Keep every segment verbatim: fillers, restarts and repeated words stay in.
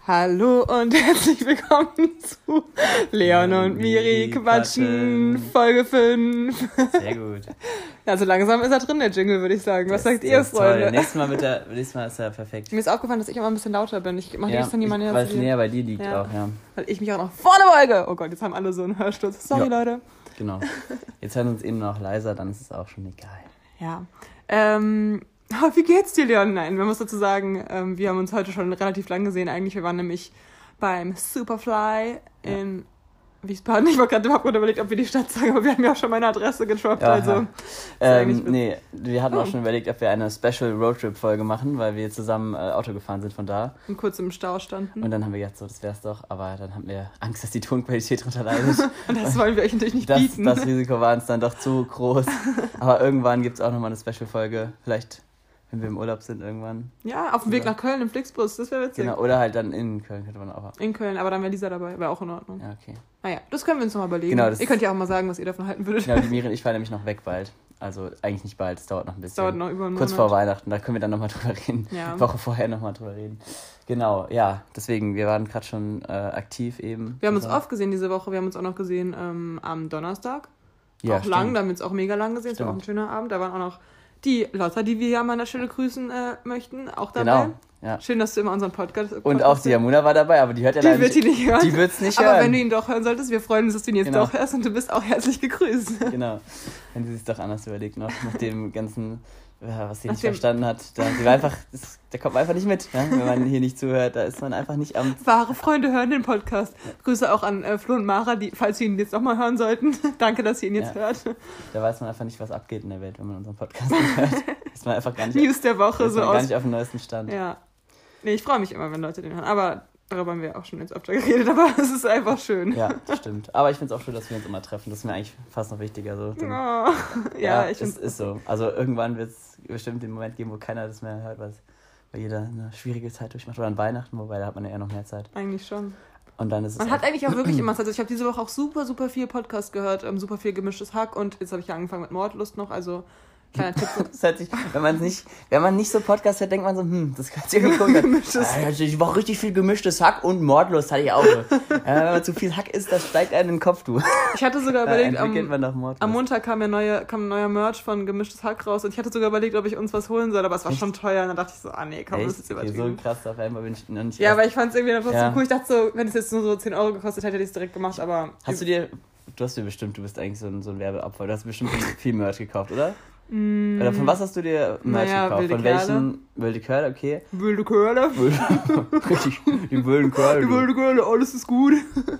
Hallo und herzlich willkommen zu Leon und Miri quatschen, Folge fünf. Sehr gut. Ja, so langsam ist er drin, der Jingle, würde ich sagen. Was das, sagt ihr, Freunde? Toll. Nächstes Mal, mit der, nächstes Mal ist er perfekt. Mir ist aufgefallen, dass ich immer ein bisschen lauter bin. Ich mache ja, jetzt dann niemand näher. Weil es näher bei dir liegt ja. auch, ja. Weil ich mich auch noch vorne beuge. Oh Gott, jetzt haben alle so einen Hörsturz. Sorry, ja. Leute. Genau. Jetzt hören wir uns eben noch leiser, dann ist es auch schon egal. Ja. Ähm... Oh, wie geht's dir, Leon? Nein, man muss dazu sagen, ähm, wir haben uns heute schon relativ lang gesehen eigentlich. Wir waren nämlich beim Superfly in ja. Wiesbaden. Ich war gerade überhaupt gut überlegt, ob wir die Stadt sagen, aber wir haben ja auch schon meine Adresse getroppt. Ja, also, ähm, nee, wir hatten oh. auch schon überlegt, ob wir eine Special Roadtrip-Folge machen, weil wir zusammen äh, Auto gefahren sind von da. Und kurz im Stau standen. Und dann haben wir gedacht, so, das wär's doch. Aber dann haben wir Angst, dass die Tonqualität drunter leidet. Und das wollen wir euch natürlich nicht das, bieten. Das Risiko war uns dann doch zu groß. Aber irgendwann gibt's auch nochmal eine Special-Folge. Vielleicht... wenn wir im Urlaub sind irgendwann. Ja, auf dem Weg nach Köln im Flixbus, das wäre witzig. Genau, oder halt dann in Köln könnte man auch. In Köln, aber dann wäre Lisa dabei, wäre auch in Ordnung. Ja, okay. Naja, das können wir uns nochmal überlegen. Genau, das ihr könnt ja auch mal sagen, was ihr davon halten würdet. Genau, die Miri und ich fahren nämlich noch weg bald. Also eigentlich nicht bald, es dauert noch ein bisschen. Dauert noch über einen Kurz Monat. vor Weihnachten, da können wir dann nochmal drüber reden. Ja. Eine Woche vorher nochmal drüber reden. Genau, ja, deswegen, wir waren gerade schon äh, aktiv eben. Wir haben uns oft gesehen diese Woche, wir haben uns auch noch gesehen ähm, am Donnerstag. Ja, auch stimmt. lang, da haben wir uns auch mega lang gesehen, es war auch ein schöner Abend. Da waren auch noch die Lotta, die wir ja mal an der Stelle grüßen äh, möchten, auch dabei. Genau, ja. Schön, dass du immer unseren Podcast Und auch die Yamuna war dabei, aber die hört ja die leider wird nicht. Die nicht hören. Die wird es nicht aber hören. Aber wenn du ihn doch hören solltest, wir freuen uns, dass du ihn jetzt genau. doch hörst und du bist auch herzlich gegrüßt. Genau, wenn sie sich doch anders überlegt noch, nach dem ganzen... Ja, was sie nach nicht dem verstanden hat, da, sie war einfach, das, da kommt man einfach nicht mit, ja? Wenn man hier nicht zuhört, da ist man einfach nicht am... Wahre Freunde hören den Podcast. Grüße auch an äh, Flo und Mara, die, falls sie ihn jetzt nochmal hören sollten. Danke, dass ihr ihn jetzt ja. hört. Da weiß man einfach nicht, was abgeht in der Welt, wenn man unseren Podcast nicht hört. Ist man einfach gar nicht, News der Woche ist so man aus. gar nicht auf dem neuesten Stand. Ja. Nee, ich freue mich immer, wenn Leute den hören, aber darüber haben wir auch schon jetzt öfter geredet, aber es ist einfach schön. Ja, das stimmt. Aber ich finde es auch schön, dass wir uns immer treffen. Das ist mir eigentlich fast noch wichtiger. So. Oh. Ja, ja, ich es ist so. Also irgendwann wird es bestimmt den Moment geben, wo keiner das mehr hört, weil jeder eine schwierige Zeit durchmacht. Oder an Weihnachten, wobei da hat man ja eher noch mehr Zeit. Eigentlich schon. Und dann ist es man hat eigentlich auch wirklich immer Zeit. Also ich habe diese Woche auch super, super viel Podcast gehört, ähm, super viel gemischtes Hack und jetzt habe ich ja angefangen mit Mordlust noch, also... Kleiner Tipp. Das hört sich, wenn man nicht, wenn man nicht so Podcast hört, denkt man so, hm, das kann sich irgendwie gucken. Ich war richtig viel gemischtes Hack und Mordlust hatte ich auch. Ja, wenn man zu viel Hack isst, das steigt einem in den Kopf, du. Ich hatte sogar überlegt, am, am Montag kam ja neue, kam ein neuer Merch von gemischtes Hack raus und ich hatte sogar überlegt, ob ich uns was holen soll, aber es war Echt? schon teuer und dann dachte ich so, ah nee, komm, Echt? das ist übertrieben. Okay, so krass, auf einmal bin ich noch nicht. Ja, aber ich fand es irgendwie einfach ja. so cool. Ich dachte so, wenn es jetzt nur so zehn Euro gekostet hätte, hätte ich es direkt gemacht, aber... Hast du dir, du hast dir bestimmt, du bist eigentlich so ein, so ein Werbeabfall, du hast bestimmt viel Merch gekauft, oder? Mm. Oder von was hast du dir Merch naja, gekauft? Wilde Von Kerle. welchen? Wilde Kerle, okay. Wilde Kerle. Richtig, die wilden Kerle. Die wilde Kerle, alles ist gut.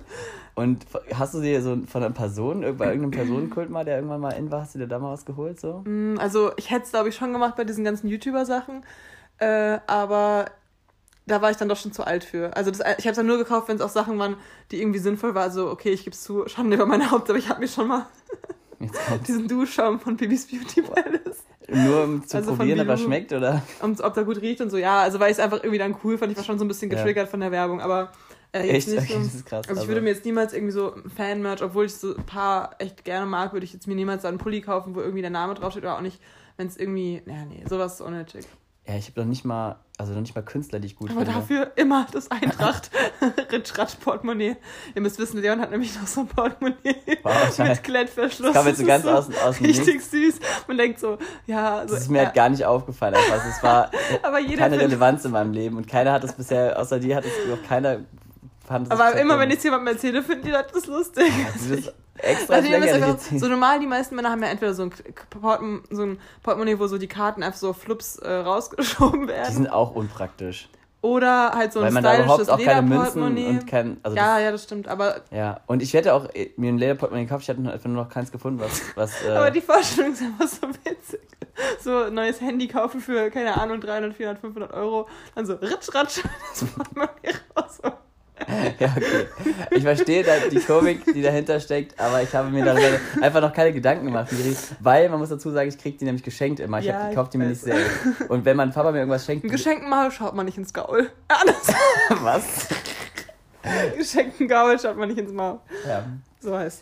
Und hast du dir so von einer Person, bei irgendeinem Personenkult mal, der irgendwann mal in war, hast du dir da mal was geholt? So? Also ich hätte es, glaube ich, schon gemacht bei diesen ganzen YouTuber-Sachen, äh, aber da war ich dann doch schon zu alt für. Also das, ich habe es dann nur gekauft, wenn es auch Sachen waren, die irgendwie sinnvoll waren. Also okay, ich gebe es zu, Schande über meine Haupt, aber ich habe mir schon mal diesen Duschschaum von Bibis Beauty Palace. Nur um zu also probieren, ob er schmeckt, oder? Um, ob der gut riecht und so, ja. Also weil ich es einfach irgendwie dann cool fand. Ich war schon so ein bisschen getriggert ja. von der Werbung, aber äh, jetzt echt? nicht Okay, so. Das ist krass. Also ich würde mir jetzt niemals irgendwie so Fan-Merch, obwohl ich so ein paar echt gerne mag, würde ich jetzt mir niemals so einen Pulli kaufen, wo irgendwie der Name draufsteht oder auch nicht, wenn es irgendwie, ja nee, sowas ist unnötig. Ja, ich habe noch nicht mal, also noch nicht mal Künstler, die ich gut aber finde. Aber dafür immer das Eintracht Ritsch-Ratsch-Portemonnaie. Ihr müsst wissen, Leon hat nämlich noch so ein Portemonnaie wow, mit Klettverschluss. Das kam jetzt so ganz so aus, aus dem richtig Nichts. süß. Man denkt so, ja... So, das ist mir ja. halt gar nicht aufgefallen. Also es war aber jeder keine Relevanz in meinem Leben und keiner hat es bisher, außer dir hat es noch keiner... Fand aber immer, wenn ich es jemandem erzähle, finden die Leute das lustig. Ja, das extra also lächerlich so normal, die meisten Männer haben ja entweder so ein, Portem, so ein Portemonnaie, wo so die Karten einfach so flups äh, rausgeschoben werden. Die sind auch unpraktisch. Oder halt so ein stylisches Lederportemonnaie. Weil man da überhaupt auch keine Münzen und kein... Also ja, das, ja, das stimmt, aber... Ja, und ich hätte auch mir ein Lederportemonnaie gekauft, ich hatte einfach nur noch keins gefunden, was... was äh aber die Vorstellung ist einfach so witzig. So ein neues Handy kaufen für, keine Ahnung, dreihundert, vierhundert, fünfhundert Euro. Dann so ritsch, ratsch, das Portemonnaie raus. Ja, okay. Ich verstehe da die Komik, die dahinter steckt, aber ich habe mir da einfach noch keine Gedanken gemacht, Miri, weil man muss dazu sagen, ich kriege die nämlich geschenkt immer. Ich, ja, ich kaufe die mir nicht selbst. Und wenn mein Papa mir irgendwas schenkt... Ein geschenkten Maul schaut man nicht ins Gaul. Alles. Was? Geschenkten Gaul schaut man nicht ins Maul. Ja. So heißt es.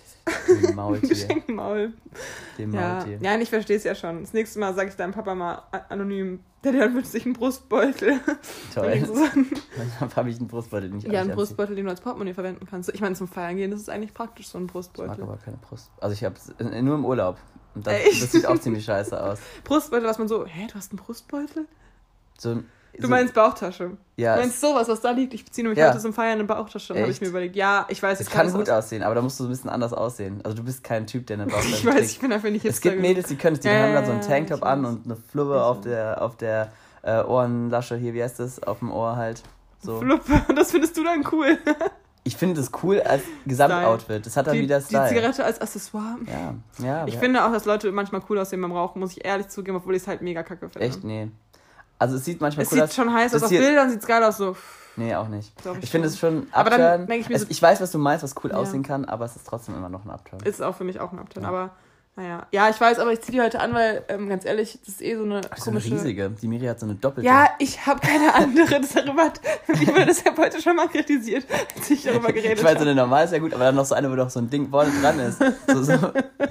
Dem Maultier. Geschenkten Maul. Dem Ja, Maultier. ja, ich verstehe es ja schon. Das nächste Mal sage ich deinem Papa mal anonym, der, der wünscht sich einen Brustbeutel. Toll. Dann habe ich einen Brustbeutel, den ich Ja, einen Brustbeutel, den du als Portemonnaie verwenden kannst. Ich meine, zum Feiern gehen, das ist eigentlich praktisch, so ein Brustbeutel. Ich mag aber keine Brust. Also ich habe es nur im Urlaub. Und das, Echt? das sieht auch ziemlich scheiße aus. Brustbeutel, was man so, hä, du hast einen Brustbeutel? So, Du so, meinst Bauchtasche? Ja. Du meinst sowas, was da liegt? Ich beziehe nämlich Ja. heute zum Feiern eine Bauchtasche. Dann habe ich mir überlegt, ja, ich weiß, es kann gut aussehen, aber da musst du so ein bisschen anders aussehen. Also du bist kein Typ, der eine Bauchtasche Ich weiß, trägt. ich bin einfach nicht Es gibt Hipster Mädels, die können es, die Ja, haben dann so ja, einen Tanktop ich an weiß. und eine Flubbe auf der, auf der äh, Ohrenlasche, hier, wie heißt das, auf dem Ohr halt. So. Fluppe, und das findest du dann cool. Ich finde das cool als Gesamtoutfit. Das hat dann die, wieder Style. Die Zigarette als Accessoire. Ja, ja. Ich ja. finde auch, dass Leute manchmal cool aussehen beim Rauchen, muss ich ehrlich zugeben, obwohl ich es halt mega kacke finde. Echt, nee. Also es sieht manchmal Es cool sieht aus. schon heiß Das aus, auf hier- Bildern sieht es geil aus, so. Nee, auch nicht. Doch, Ich, ich finde schon. es schon Aber dann Upturn. denk ich mir Es, so- ich weiß, was du meinst, was cool Ja. aussehen kann, aber es ist trotzdem immer noch ein Upturn. Ist auch für mich auch ein Upturn, Ja. aber naja. Ja, ich weiß, aber ich ziehe die heute an, weil, ähm, ganz ehrlich, das ist eh so eine Das ist so eine komische... riesige. Die Miri hat so eine doppelte. Ja, ich habe keine andere. Das darüber hat, ich wurde deshalb heute schon mal kritisiert, als ich darüber geredet Ich weiß, so habe. eine normale ist ja gut, aber dann noch so eine, wo doch so ein Ding vorne dran ist. So, so.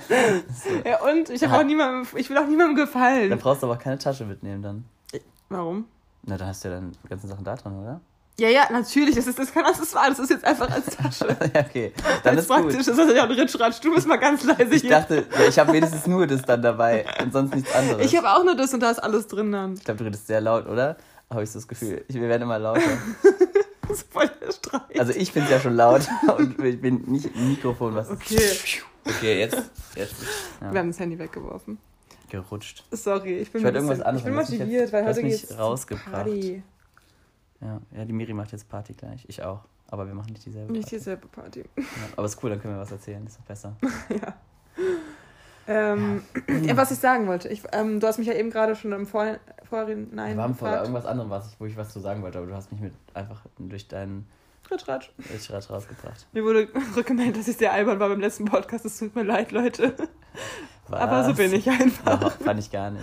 Ja, und ich habe Ha- auch niemandem, ich will auch niemandem Dann gefallen. brauchst du aber auch keine Tasche mitnehmen dann. Warum? Na, dann hast du ja dann die ganzen Sachen da dran, oder? Ja, ja, natürlich, das ist das kein Accessoire, das ist jetzt einfach als Tasche. Ja, okay. Dann Als ist praktisch, gut. das ist ja ein Ritschratsch, du bist mal ganz leise Ich hier. dachte, ja, ich habe wenigstens nur das dann dabei und sonst nichts anderes. Ich habe auch nur das und da ist alles drin dann. Ich glaube, du redest sehr laut, oder? Habe ich so das Gefühl. Ich, wir werden immer lauter. Das ist voll der Streit. Also ich finde es ja schon laut und ich bin nicht im Mikrofon, was Okay. ist. Okay, jetzt. jetzt. Ja. Wir haben das Handy weggeworfen. Gerutscht. Sorry, ich bin, Ich wollte ein irgendwas bisschen- anderes ich bin machen. Du hast mich motiviert, jetzt- weil du hast heute mich geht's rausgebracht. Party. Ja. ja, die Miri macht jetzt Party gleich. Ich auch. Aber wir machen nicht dieselbe Nicht Party. dieselbe Party. Ja, aber ist cool, dann können wir was erzählen. Das ist doch besser. Ja. Ähm, ja, was ich sagen wollte, ich, ähm, du hast mich ja eben gerade schon im Vor Vorhinein Wir haben vor gefragt. irgendwas anderem, was ich, wo ich was zu sagen wollte, aber du hast mich mit einfach durch deinen Ritschratsch. Ritschratsch rausgebracht. Mir wurde rückgemeldet, dass ich sehr albern war beim letzten Podcast. Es tut mir leid, Leute. Was? Aber so bin ich einfach. Ja, fand ich gar nicht.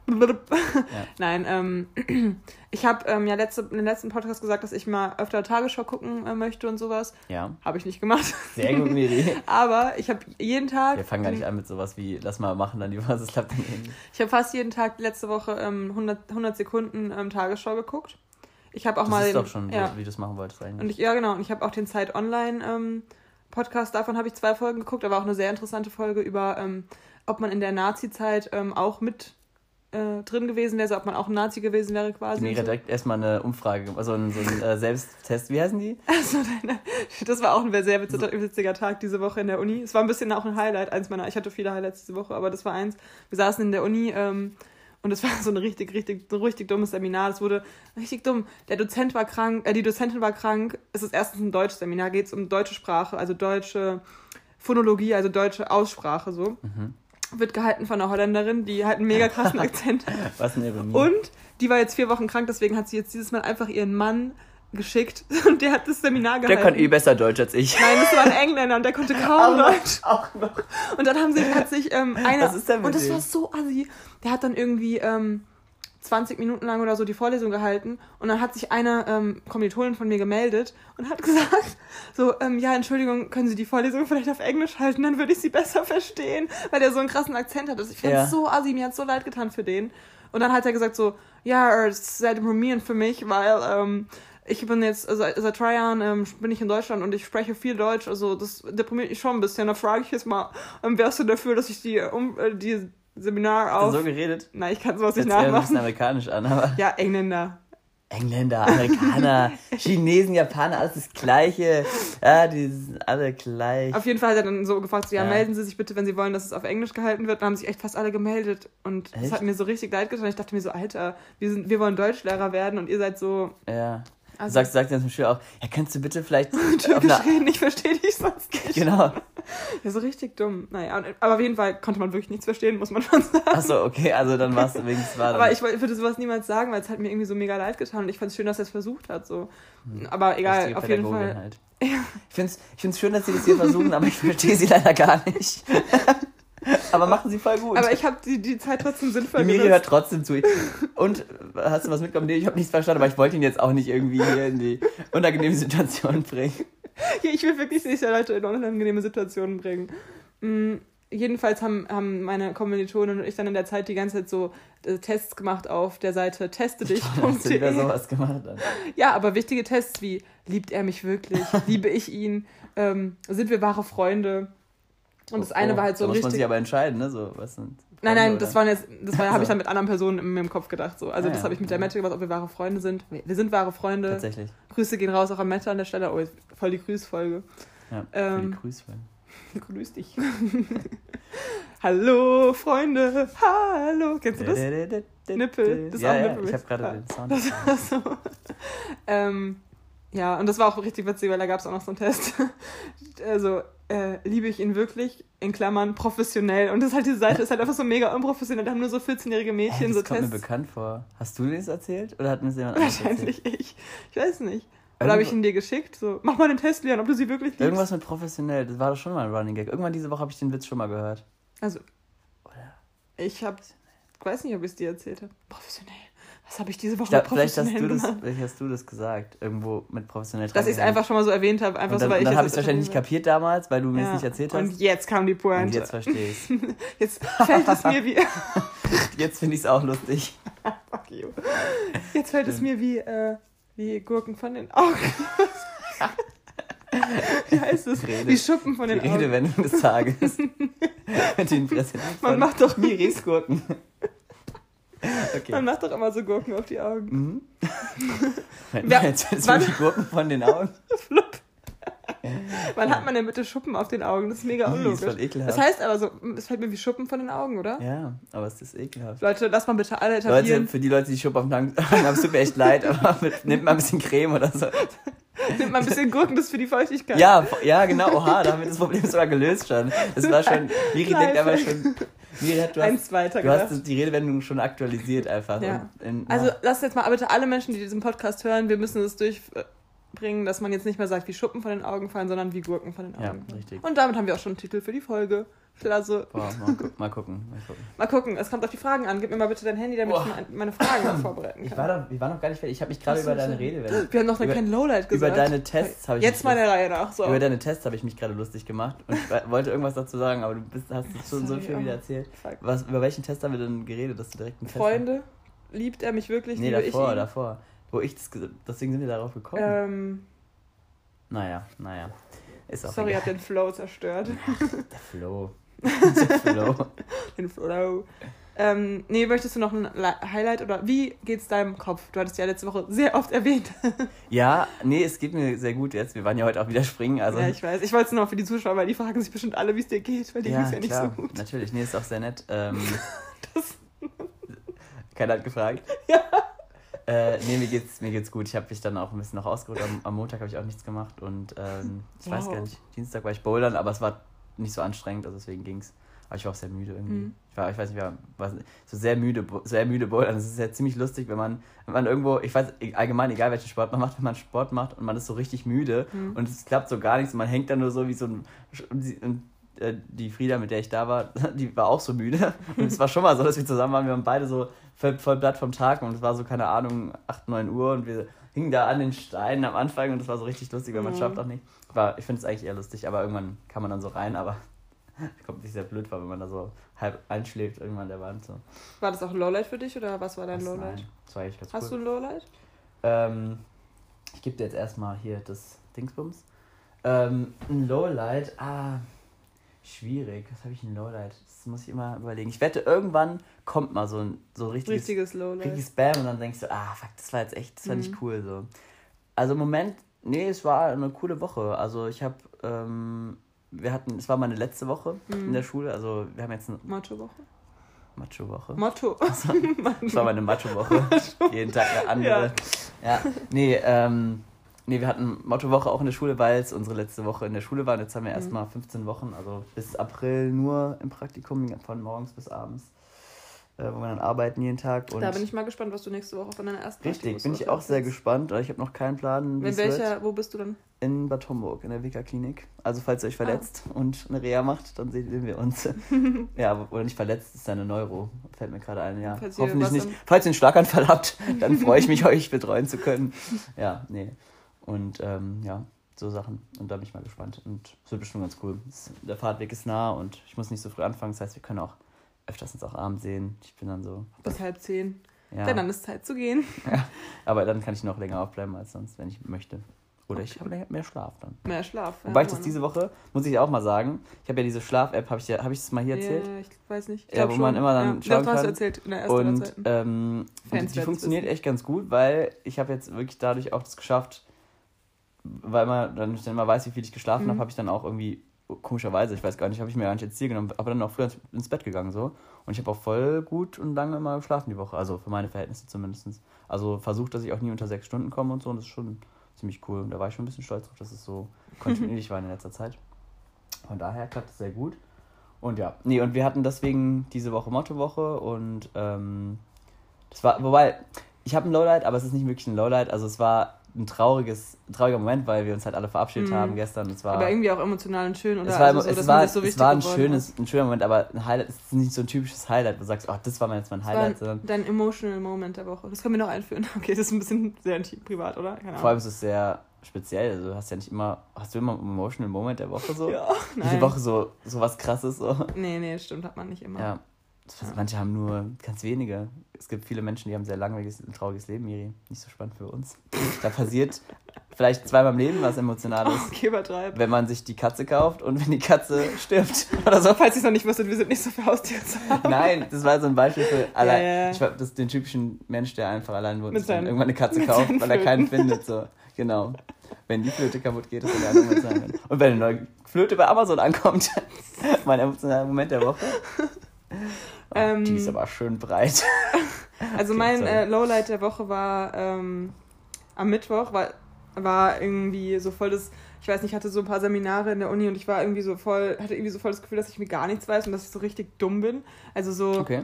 Nein, ähm, ich habe ähm, ja letzte, in den letzten Podcast gesagt, dass ich mal öfter Tagesschau gucken äh, möchte und sowas. Ja. Habe ich nicht gemacht. Sehr gut, Miri. Aber ich habe jeden Tag... Wir fangen gar nicht an mit sowas wie, lass mal machen, dann die was, es klappt dann eh nicht. Ich habe fast jeden Tag letzte Woche ähm, hundert, hundert Sekunden ähm, Tagesschau geguckt. Ich habe auch Das mal ist den, doch schon ja. so, wie du es machen wolltest eigentlich. Und ich, ja, genau. Und ich habe auch den Zeit Online ähm, Podcast, davon habe ich zwei Folgen geguckt, aber auch eine sehr interessante Folge über, ähm, ob man in der Nazi-Zeit ähm, auch mit äh, drin gewesen wäre, also ob man auch ein Nazi gewesen wäre quasi. Die Miri hat direkt erstmal eine Umfrage, also einen, so einen äh, Selbsttest, wie heißen die? Also, deine, das war auch ein sehr witziger, witziger Tag diese Woche in der Uni. Es war ein bisschen auch ein Highlight, eins meiner, ich hatte viele Highlights diese Woche, aber das war eins. Wir saßen in der Uni ähm, und es war so ein richtig, richtig, so ein richtig dummes Seminar. Es wurde richtig dumm. Der Dozent war krank, äh, die Dozentin war krank. Es ist erstens ein deutsches Seminar, geht es um deutsche Sprache, also deutsche Phonologie, also deutsche Aussprache so. Mhm. Wird gehalten von einer Holländerin, die hat einen mega krassen Akzent. Was eine Ironie. Und die war jetzt vier Wochen krank, deswegen hat sie jetzt dieses Mal einfach ihren Mann geschickt und der hat das Seminar gehalten. Der kann eh besser Deutsch als ich. Nein, das war ein Engländer und der konnte kaum Deutsch. Auch noch. Und dann haben sie, hat sich ähm, einer... Was ist denn mit und das dem? war so assi. Der hat dann irgendwie ähm, zwanzig Minuten lang oder so die Vorlesung gehalten und dann hat sich eine ähm, Kommilitonin von mir gemeldet und hat gesagt, so, ähm, ja, Entschuldigung, können Sie die Vorlesung vielleicht auf Englisch halten, dann würde ich sie besser verstehen, weil der so einen krassen Akzent hat. Ich fand Ja. so assi, mir hat so leid getan für den. Und dann hat er gesagt so, ja, es ist sehr deprimierend für mich, weil ähm, ich bin jetzt, also seit drei Jahren ähm, bin ich in Deutschland und ich spreche viel Deutsch, also das deprimiert mich schon ein bisschen. Da frage ich jetzt mal, ähm, wärst du dafür, dass ich die, um, äh, die Seminar Hast auf... du so geredet? Nein, ich kann sowas nicht Jetzt eher ein bisschen nachmachen. amerikanisch an, aber... Ja, Engländer. Engländer, Amerikaner, Chinesen, Japaner, alles das Gleiche. Ja, die sind alle gleich. Auf jeden Fall hat er dann so gefragt, so, ja, Ja. melden Sie sich bitte, wenn Sie wollen, dass es auf Englisch gehalten wird. Dann haben sich echt fast alle gemeldet. Und das Echt? hat mir so richtig leid getan. Ich dachte mir so, Alter, wir, sind, wir wollen Deutschlehrer werden und ihr seid so... Ja. Du Also, sagst, sagst du zum Schüler auch, ja, kannst du bitte vielleicht auf Türkisch einer... reden, ich verstehe dich sonst nicht. Genau. Ja, so richtig dumm. Naja, und, aber auf jeden Fall konnte man wirklich nichts verstehen, muss man schon sagen. Achso, okay, also dann war es wenigstens war dann- Aber ich wollte- würde sowas niemals sagen, weil es hat mir irgendwie so mega leid getan und ich fand es schön, dass er es versucht hat. So. Aber egal, Richtige auf jeden Pädagogin Fall. Halt. Ich finde es ich find's schön, dass sie das hier versuchen, aber ich verstehe sie leider gar nicht. Aber machen sie voll gut. Aber ich habe die, die Zeit trotzdem sinnvoll Die Miri genutzt. hört trotzdem zu. Und hast du was mitgenommen? Nee, ich habe nichts verstanden, aber ich wollte ihn jetzt auch nicht irgendwie hier in die unangenehme Situation bringen. Ja, ich will wirklich nicht Leute in unangenehme Situationen bringen. mh, jedenfalls haben, haben meine Kommilitonen und ich dann in der Zeit die ganze Zeit so äh, Tests gemacht auf der Seite teste dich punkt de. Hast du wieder sowas gemacht? Dann? Ja, aber wichtige Tests wie, liebt er mich wirklich? Liebe ich ihn? Ähm, sind wir wahre Freunde? Und das oh, eine war halt so da richtig... muss man sich aber entscheiden, ne? So, was sind Freunde, nein, nein, oder? das waren jetzt, das war, habe ich dann mit anderen Personen in meinem Kopf gedacht. So. Also ah, das ja. habe ich mit der Mette gemacht, ob wir wahre Freunde sind. Wir sind wahre Freunde. Tatsächlich. Grüße gehen raus auch an Mette an der Stelle. Oh, voll die Grüßfolge. Ja, ähm, die Grüßfolge. Grüß dich. Hallo, Freunde. Hallo. Kennst du das? Nippel. Das ist ja, auch ja, Nippel. Ich habe gerade den Sound. Das war so. ähm, ja, und das war auch richtig witzig, weil da gab es auch noch so einen Test. Also, äh, liebe ich ihn wirklich? In Klammern professionell. Und das ist halt, diese Seite ist halt einfach so mega unprofessionell. Da haben nur so vierzehnjährige Mädchen hey, das so kommt Tests. mir bekannt vor. Hast du das erzählt? Oder hat mir das jemand anderes erzählt? Wahrscheinlich ich. Ich weiß nicht. Oder habe ich ihn dir geschickt? So, mach mal den Test, Leon, ob du sie wirklich liebst. Irgendwas mit professionell, das war doch schon mal ein Running Gag. Irgendwann diese Woche habe ich den Witz schon mal gehört. Also, Oder? ich hab, ich weiß nicht, ob ich es dir erzählt habe. Professionell. Was habe ich diese Woche glaub, mit professionell vielleicht hast, du das, gemacht? vielleicht hast du das gesagt, irgendwo mit professionell. Dass ich es einfach schon mal so erwähnt habe, einfach und dann, so, weil ich dann es habe ich es wahrscheinlich nicht kapiert damals, weil du mir es ja. nicht erzählt hast. Und jetzt kam die Pointe. Und jetzt verstehe ich es. Jetzt fällt es mir wie... Jetzt finde ich es auch lustig. Fuck you. Jetzt fällt es mir wie, äh, wie Gurken von den Augen. Wie heißt es? Rede, wie Schuppen von den die Augen. Die Redewendung des Tages. Mit den Präsidenten Man macht doch Miris Gurken. Okay. Man macht doch immer so Gurken auf die Augen. Mhm. Wer, jetzt jetzt die Gurken von den Augen. Flupp. Wann hat man denn bitte Schuppen auf den Augen? Das ist mega unlogisch. Das ist voll ekelhaft. Das heißt aber so, es fällt mir wie Schuppen von den Augen, oder? Ja, aber es ist ekelhaft. Leute, lass mal bitte alle etablieren. Leute, für die Leute, die Schuppen auf den Augen haben, es tut mir echt leid, aber mit, nehmt mal ein bisschen Creme oder so. Nimmt mal ein bisschen Gurken, das ist für die Feuchtigkeit. Ja, ja, genau. Oha, da haben wir das Problem sogar gelöst schon. Das war schon, Miri denkt aber schon... Miri hat, du hast, weiter du hast die Redewendung schon aktualisiert einfach. Ja. Und in, also ja. lasst jetzt mal bitte alle Menschen, die diesen Podcast hören, wir müssen es durchbringen, dass man jetzt nicht mehr sagt, wie Schuppen von den Augen fallen, sondern wie Gurken von den Augen. Ja, richtig. Und damit haben wir auch schon einen Titel für die Folge. Klasse. Boah, mal, gu- mal gucken, mal gucken. Mal gucken, es kommt auf die Fragen an. Gib mir mal bitte dein Handy, damit Boah. ich meine Fragen vorbereiten kann. Ich war, doch, ich war noch gar nicht fertig. Ich habe mich gerade über deine Redewendung... Wir haben noch über, kein Lowlight gesagt. Über deine Tests habe ich Jetzt mal der Reihe nach. So. Über deine Tests habe ich mich gerade lustig gemacht. Und ich wollte irgendwas dazu sagen, aber du bist, hast schon so viel oh. wieder erzählt. Was, über welchen Test haben wir denn geredet, dass du direkt einen Test Freunde? Hast? Liebt er mich wirklich? Nee, liebe davor, ich ihn? davor. Wo ich das... Deswegen sind wir darauf gekommen. Ähm... Naja, naja. Ist auch Sorry, ich egal. hab den Flow zerstört. Der Flow. Der Flow. Den Flow. Ähm, nee, möchtest du noch ein Highlight oder wie geht's deinem Kopf? Du hattest ja letzte Woche sehr oft erwähnt. Ja, nee, es geht mir sehr gut jetzt. Wir waren ja heute auch wieder springen. Also ja, ich weiß. Ich wollte es nur für die Zuschauer, weil die fragen sich bestimmt alle, wie es dir geht, weil die ja, ja nicht klar, so gut. Natürlich, nee, ist auch sehr nett. Ähm, das keiner hat gefragt. Ja. Äh, nee, mir geht's, mir geht's gut. Ich habe mich dann auch ein bisschen noch ausgeruht. Am, am Montag habe ich auch nichts gemacht und ähm, ich wow. weiß gar nicht, Dienstag war ich bouldern, aber es war nicht so anstrengend, also deswegen ging's. Aber ich war auch sehr müde irgendwie. Mhm. Ich war, ich weiß nicht, war, war so sehr müde, sehr müde bouldern. Das ist ja ziemlich lustig, wenn man, wenn man irgendwo, ich weiß allgemein, egal welchen Sport man macht, wenn man Sport macht und man ist so richtig müde mhm. und es klappt so gar nichts und man hängt dann nur so wie so ein, und die Frieda, mit der ich da war, die war auch so müde. Und es war schon mal so, dass wir zusammen waren. Wir waren beide so voll, voll platt vom Tag und es war so, keine Ahnung, acht, neun Uhr und wir hingen da an den Steinen am Anfang und es war so richtig lustig, weil man mhm. schafft auch nicht. War, ich finde es eigentlich eher lustig, aber irgendwann kann man dann so rein, aber kommt nicht sehr blöd vor, wenn man da so halb einschläft irgendwann an der Wand. So. War das auch ein Lowlight für dich oder was war dein was, Lowlight? Nein, das war eigentlich ganz Hast cool. du ein Lowlight? Ähm, ich gebe dir jetzt erstmal hier das Dingsbums. Ähm, ein Lowlight, ah... Schwierig. Was habe ich ein Lowlight? Das muss ich immer überlegen. Ich wette, irgendwann kommt mal so ein so richtiges, richtiges Lowlight. Richtiges Spam und dann denkst du, ah, fuck, das war jetzt echt, das war mhm. nicht cool. So. Also im Moment, nee, es war eine coole Woche. Also ich habe, ähm, wir hatten, es war meine letzte Woche mhm. in der Schule. Also wir haben jetzt eine... Macho-Woche? Macho-Woche? Motto. Das war, das war meine Macho-Woche. Jeden Tag eine andere. Ja, ja. Nee, ähm... Nee, wir hatten Mottowoche auch in der Schule, weil es unsere letzte Woche in der Schule war. Und jetzt haben wir mhm. erstmal fünfzehn Wochen, also bis April nur im Praktikum, von morgens bis abends, äh, wo wir dann arbeiten jeden Tag. Und da bin ich mal gespannt, was du nächste Woche von deiner ersten Praktikum Richtig, bin ich auch sehr gespannt. Ich habe noch keinen Plan, wie es welcher, wo bist du dann? In Bad Homburg, in der W K-Klinik. Also falls ihr euch verletzt ah. und eine Reha macht, dann sehen wir uns. Ja, oder nicht verletzt, ist eine Neuro. Fällt mir gerade ein, ja. Falls Hoffentlich nicht. Falls ihr einen Schlaganfall habt, dann freue ich mich, euch betreuen zu können. Ja, nee. Und ähm, ja, so Sachen. Und da bin ich mal gespannt. Und es wird bestimmt ganz cool. Es, der Fahrtweg ist nah und ich muss nicht so früh anfangen. Das heißt, wir können auch öfters uns auch abends sehen. Ich bin dann so... Bis halb zehn. Ja. Denn dann ist Zeit zu gehen. Ja, aber dann kann ich noch länger aufbleiben als sonst, wenn ich möchte. Oder Okay. ich habe mehr Schlaf dann. Mehr Schlaf. Wobei ja, ich das Mann. diese Woche, muss ich auch mal sagen, ich habe ja diese Schlaf-App, habe ich ja, habe ich das mal hier erzählt? Ja, ich weiß nicht. Ich Ja, glaub wo man schon. immer dann ja. schauen Doch, hast du kann. erzählt in der ersten Und Zeit. ähm, Fans die werden's funktioniert wissen. echt ganz gut, weil ich habe jetzt wirklich dadurch auch das geschafft, weil man dann ich dann immer weiß, wie viel ich geschlafen Mhm. habe, habe ich dann auch irgendwie, komischerweise, ich weiß gar nicht, habe ich mir gar nicht ins Ziel genommen, aber dann auch früher ins, ins Bett gegangen so. Und ich habe auch voll gut und lange immer geschlafen die Woche, also für meine Verhältnisse zumindest. Also versucht, dass ich auch nie unter sechs Stunden komme und so, und das ist schon ziemlich cool. Und da war ich schon ein bisschen stolz drauf, dass es so kontinuierlich war in letzter Zeit. Von daher klappt es sehr gut. Und ja, nee, und wir hatten deswegen diese Woche Mottowoche und ähm, das war, wobei, ich habe ein Lowlight, aber es ist nicht wirklich ein Lowlight, also es war ein trauriges, ein trauriger Moment, weil wir uns halt alle verabschiedet Mhm. haben gestern. Es war, Aber irgendwie auch emotional und schön, oder? es war, also so, es dass war, man sich so es wichtig war ein, geworden schönes, ist. ein schöner Moment, aber ein Highlight ist nicht so ein typisches Highlight, wo du sagst, oh, das war mal jetzt mein Das Highlight, war sondern dein emotional Moment der Woche. Das können wir noch einführen. Okay, das ist ein bisschen sehr intim, privat, oder? Keine Ahnung. vor allem ist es sehr speziell, also du hast ja nicht immer, hast du immer einen emotional Moment der Woche so? Ja, Jede nein. Woche so, so was Krasses so. Nee, nee, stimmt, hat man nicht immer. Ja. Manche haben nur ganz wenige. Es gibt viele Menschen, die haben ein sehr langweiliges und trauriges Leben, Miri. Nicht so spannend für uns. Da passiert vielleicht zweimal im Leben was Emotionales. Okay, übertreib. Wenn man sich die Katze kauft und wenn die Katze stirbt oder so. Falls ihr es noch nicht wusstet, wir sind nicht so für Haustiere zu haben. Nein, das war so ein Beispiel für allein. Ja, ja. Ich war das den typischen Mensch, der einfach allein wohnt Mit und dann seinen- irgendwann eine Katze mit kauft, seinen weil er keinen Flöten. findet. So. Genau. Wenn die Flöte kaputt geht, ist der Moment sein. Und wenn eine neue Flöte bei Amazon ankommt, mein emotionaler Moment der Woche. Oh, Ähm, die ist aber schön breit. Also Okay, mein sorry. äh, Lowlight der Woche war ähm, am Mittwoch, war, war irgendwie so voll das, ich weiß nicht, ich hatte so ein paar Seminare in der Uni und ich war irgendwie so voll, hatte irgendwie so voll das Gefühl, dass ich mir gar nichts weiß und dass ich so richtig dumm bin. Also so, Okay.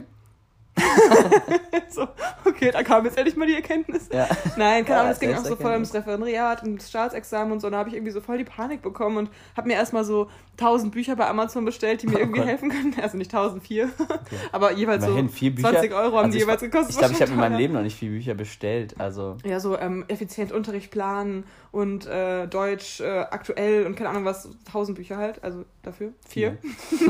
so okay, da kam jetzt endlich mal die Erkenntnis. Ja. Nein, keine Ja, Ahnung, es ging auch so voll Selbsterkenntnis. ums Referendariat und das Staatsexamen und so. Da habe ich irgendwie so voll die Panik bekommen und habe mir erstmal so tausend Bücher bei Amazon bestellt, die mir Oh irgendwie Gott. helfen können. Also nicht tausendvier, aber jeweils Immerhin so vier Bücher. zwanzig Euro haben Also die ich- jeweils gekostet. Ich glaube, ich war habe in schon meinem teuer. Leben noch nicht vier Bücher bestellt. Also Ja, so ähm, effizient Unterricht planen und äh, Deutsch äh, aktuell und keine Ahnung was, tausend Bücher halt, also dafür. Vier.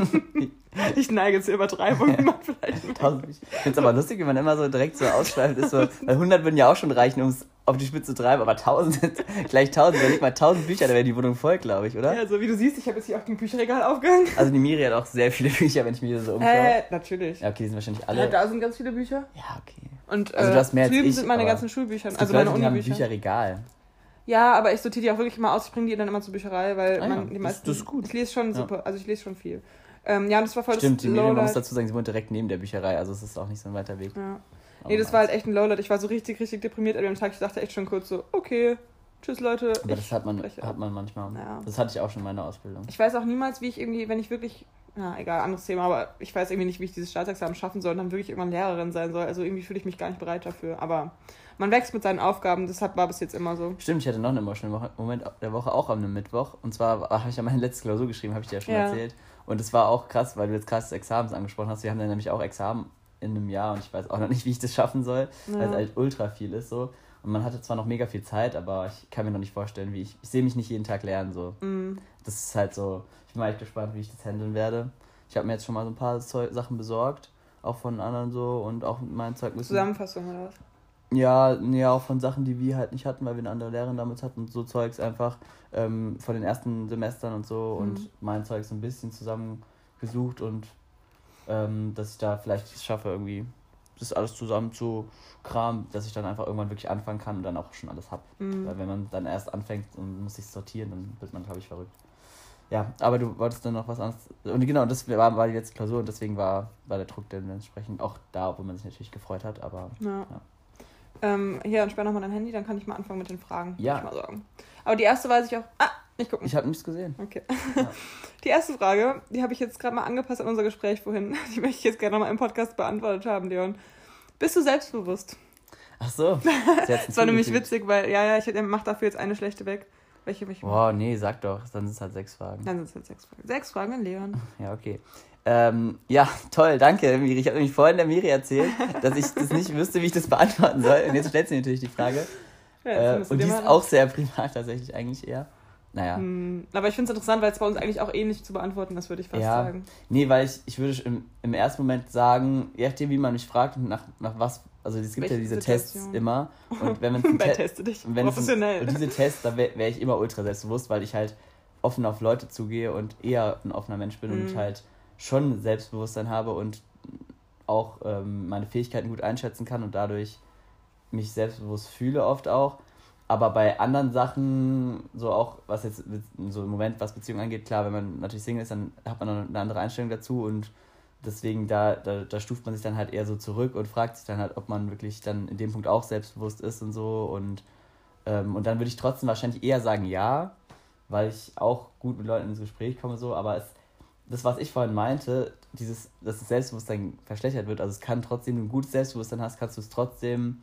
Ich neige zur Übertreibung, wie man vielleicht merkt. tausend Bücher. Ich finde es aber lustig, wie man immer so direkt so ausschweifend ist. So, weil hundert würden ja auch schon reichen, um es auf die Spitze zu treiben, aber tausend, gleich tausend, wenn nicht mal tausend Bücher, da wäre die Wohnung voll, glaube ich, oder? Ja, also wie du siehst, ich habe jetzt hier auch den Bücherregal aufgehangen. Also die Miri hat auch sehr viele Bücher, wenn ich mir so umschaue. Äh, natürlich. Ja, okay, die sind wahrscheinlich Ja, alle. da sind ganz viele Bücher. Ja, okay. Und Also äh, du hast mehr als drüben ich, sind meine aber ganzen Schulbücher, Es gibt also Leute, meine die haben Unibücher. Bücherregal. Ja, aber ich sortiere die auch wirklich immer aus. Ich bringe die dann immer zur Bücherei, weil Ah ja, man die das- meisten. das ist gut. Ich lese schon Ja. super, also ich lese schon viel. Ähm, ja, und das war voll Stimmt, die das Miri, man muss Lowlight. dazu sagen, sie wohnt direkt neben der Bücherei, also es ist auch nicht so ein weiter Weg. Ja. Aber Nee, das war halt nice. echt ein Lowlight. Ich war so richtig, richtig deprimiert an dem Tag. Ich dachte echt schon kurz so, okay, tschüss Leute. Aber das ich hat man, breche ab. hat man manchmal. Ja. Das hatte ich auch schon in meiner Ausbildung. Ich weiß auch niemals, wie ich irgendwie, wenn ich wirklich, na egal, anderes Thema, aber ich weiß irgendwie nicht, wie ich dieses Staatsexamen schaffen soll und dann wirklich irgendwann Lehrerin sein soll. Also irgendwie fühle ich mich gar nicht bereit dafür. Aber man wächst mit seinen Aufgaben, deshalb war bis jetzt immer so. Stimmt, ich hatte noch einen emotionalen Moment der Woche auch am Mittwoch. Und zwar habe ich ja meine letzte Klausur geschrieben, habe ich dir ja schon Ja. erzählt. Und es war auch krass, weil du jetzt krass des Examens angesprochen hast. Wir haben dann nämlich auch Examen in einem Jahr und ich weiß auch noch nicht, wie ich das schaffen soll, Ja. weil es halt ultra viel ist so. Und man hatte zwar noch mega viel Zeit, aber ich kann mir noch nicht vorstellen, wie ich. Ich sehe mich nicht jeden Tag lernen so. Mm. Das ist halt so. Ich bin mal echt gespannt, wie ich das handeln werde. Ich habe mir jetzt schon mal so ein paar Zeu- Sachen besorgt, auch von anderen so und auch mit meinen Zeugnissen. Zusammenfassung oder was? Ja, nee, auch von Sachen, die wir halt nicht hatten, weil wir eine andere Lehrerin damals hatten und so Zeugs einfach ähm, von den ersten Semestern und so Mhm. und mein Zeug so ein bisschen zusammengesucht und ähm, dass ich da vielleicht es schaffe, irgendwie das alles zusammen zu kramen, dass ich dann einfach irgendwann wirklich anfangen kann und dann auch schon alles hab. Mhm. Weil wenn man dann erst anfängt und muss sich sortieren, dann wird man, glaube ich, verrückt. Ja, aber du wolltest dann noch was anderes. Und genau, das war, war die letzte Klausur und deswegen war, war der Druck dann entsprechend auch da, obwohl man sich natürlich gefreut hat, aber Ja. Ja. Ähm, hier, entsperr nochmal dein Handy, dann kann ich mal anfangen mit den Fragen. Ja. Würde ich mal sagen. Aber die erste weiß ich auch. Ah, nicht gucken. ich habe nichts gesehen. Okay. Ja. Die erste Frage, die habe ich jetzt gerade mal angepasst an unser Gespräch vorhin. Die möchte ich jetzt gerne nochmal im Podcast beantwortet haben, Leon. Bist du selbstbewusst? Ach so. Sie hat's Das war nämlich hinzugefügt. witzig, weil, ja, ja, ich mache dafür jetzt eine schlechte weg. Welche, welche? Boah, nee, sag doch. Dann sind es halt sechs Fragen. Dann sind es halt sechs Fragen. Sechs Fragen an Leon. Ja, okay. Ähm, ja, toll, danke, Miri. Ich habe nämlich vorhin der Miri erzählt, dass ich das nicht wüsste, wie ich das beantworten soll. Und jetzt stellt sie natürlich die Frage. Ja, Äh, musst du und dir die mal- ist auch sehr privat tatsächlich eigentlich eher. naja. Hm, aber ich finde es interessant, weil es bei uns eigentlich auch ähnlich zu beantworten ist, würde ich fast ja. sagen. Nee, weil ich, ich würde im, im ersten Moment sagen, je nachdem, wie man mich fragt und nach, nach was, also es gibt Welche ja diese Situation? Tests immer. Und wenn man Te- teste dich professionell. Und diese Tests, da wäre wär ich immer ultra selbstbewusst, weil ich halt offen auf Leute zugehe und eher ein offener Mensch bin mm. und halt schon Selbstbewusstsein habe und auch ähm, meine Fähigkeiten gut einschätzen kann und dadurch mich selbstbewusst fühle oft auch. Aber bei anderen Sachen, so auch, was jetzt so im Moment, was Beziehungen angeht, klar, wenn man natürlich Single ist, dann hat man noch eine andere Einstellung dazu und deswegen da, da, da stuft man sich dann halt eher so zurück und fragt sich dann halt, ob man wirklich dann in dem Punkt auch selbstbewusst ist und so und, ähm, und dann würde ich trotzdem wahrscheinlich eher sagen ja, weil ich auch gut mit Leuten ins Gespräch komme, so, aber es, das, was ich vorhin meinte, dieses, dass das Selbstbewusstsein verschlechtert wird, also es kann trotzdem, wenn du ein gutes Selbstbewusstsein hast, kannst du es trotzdem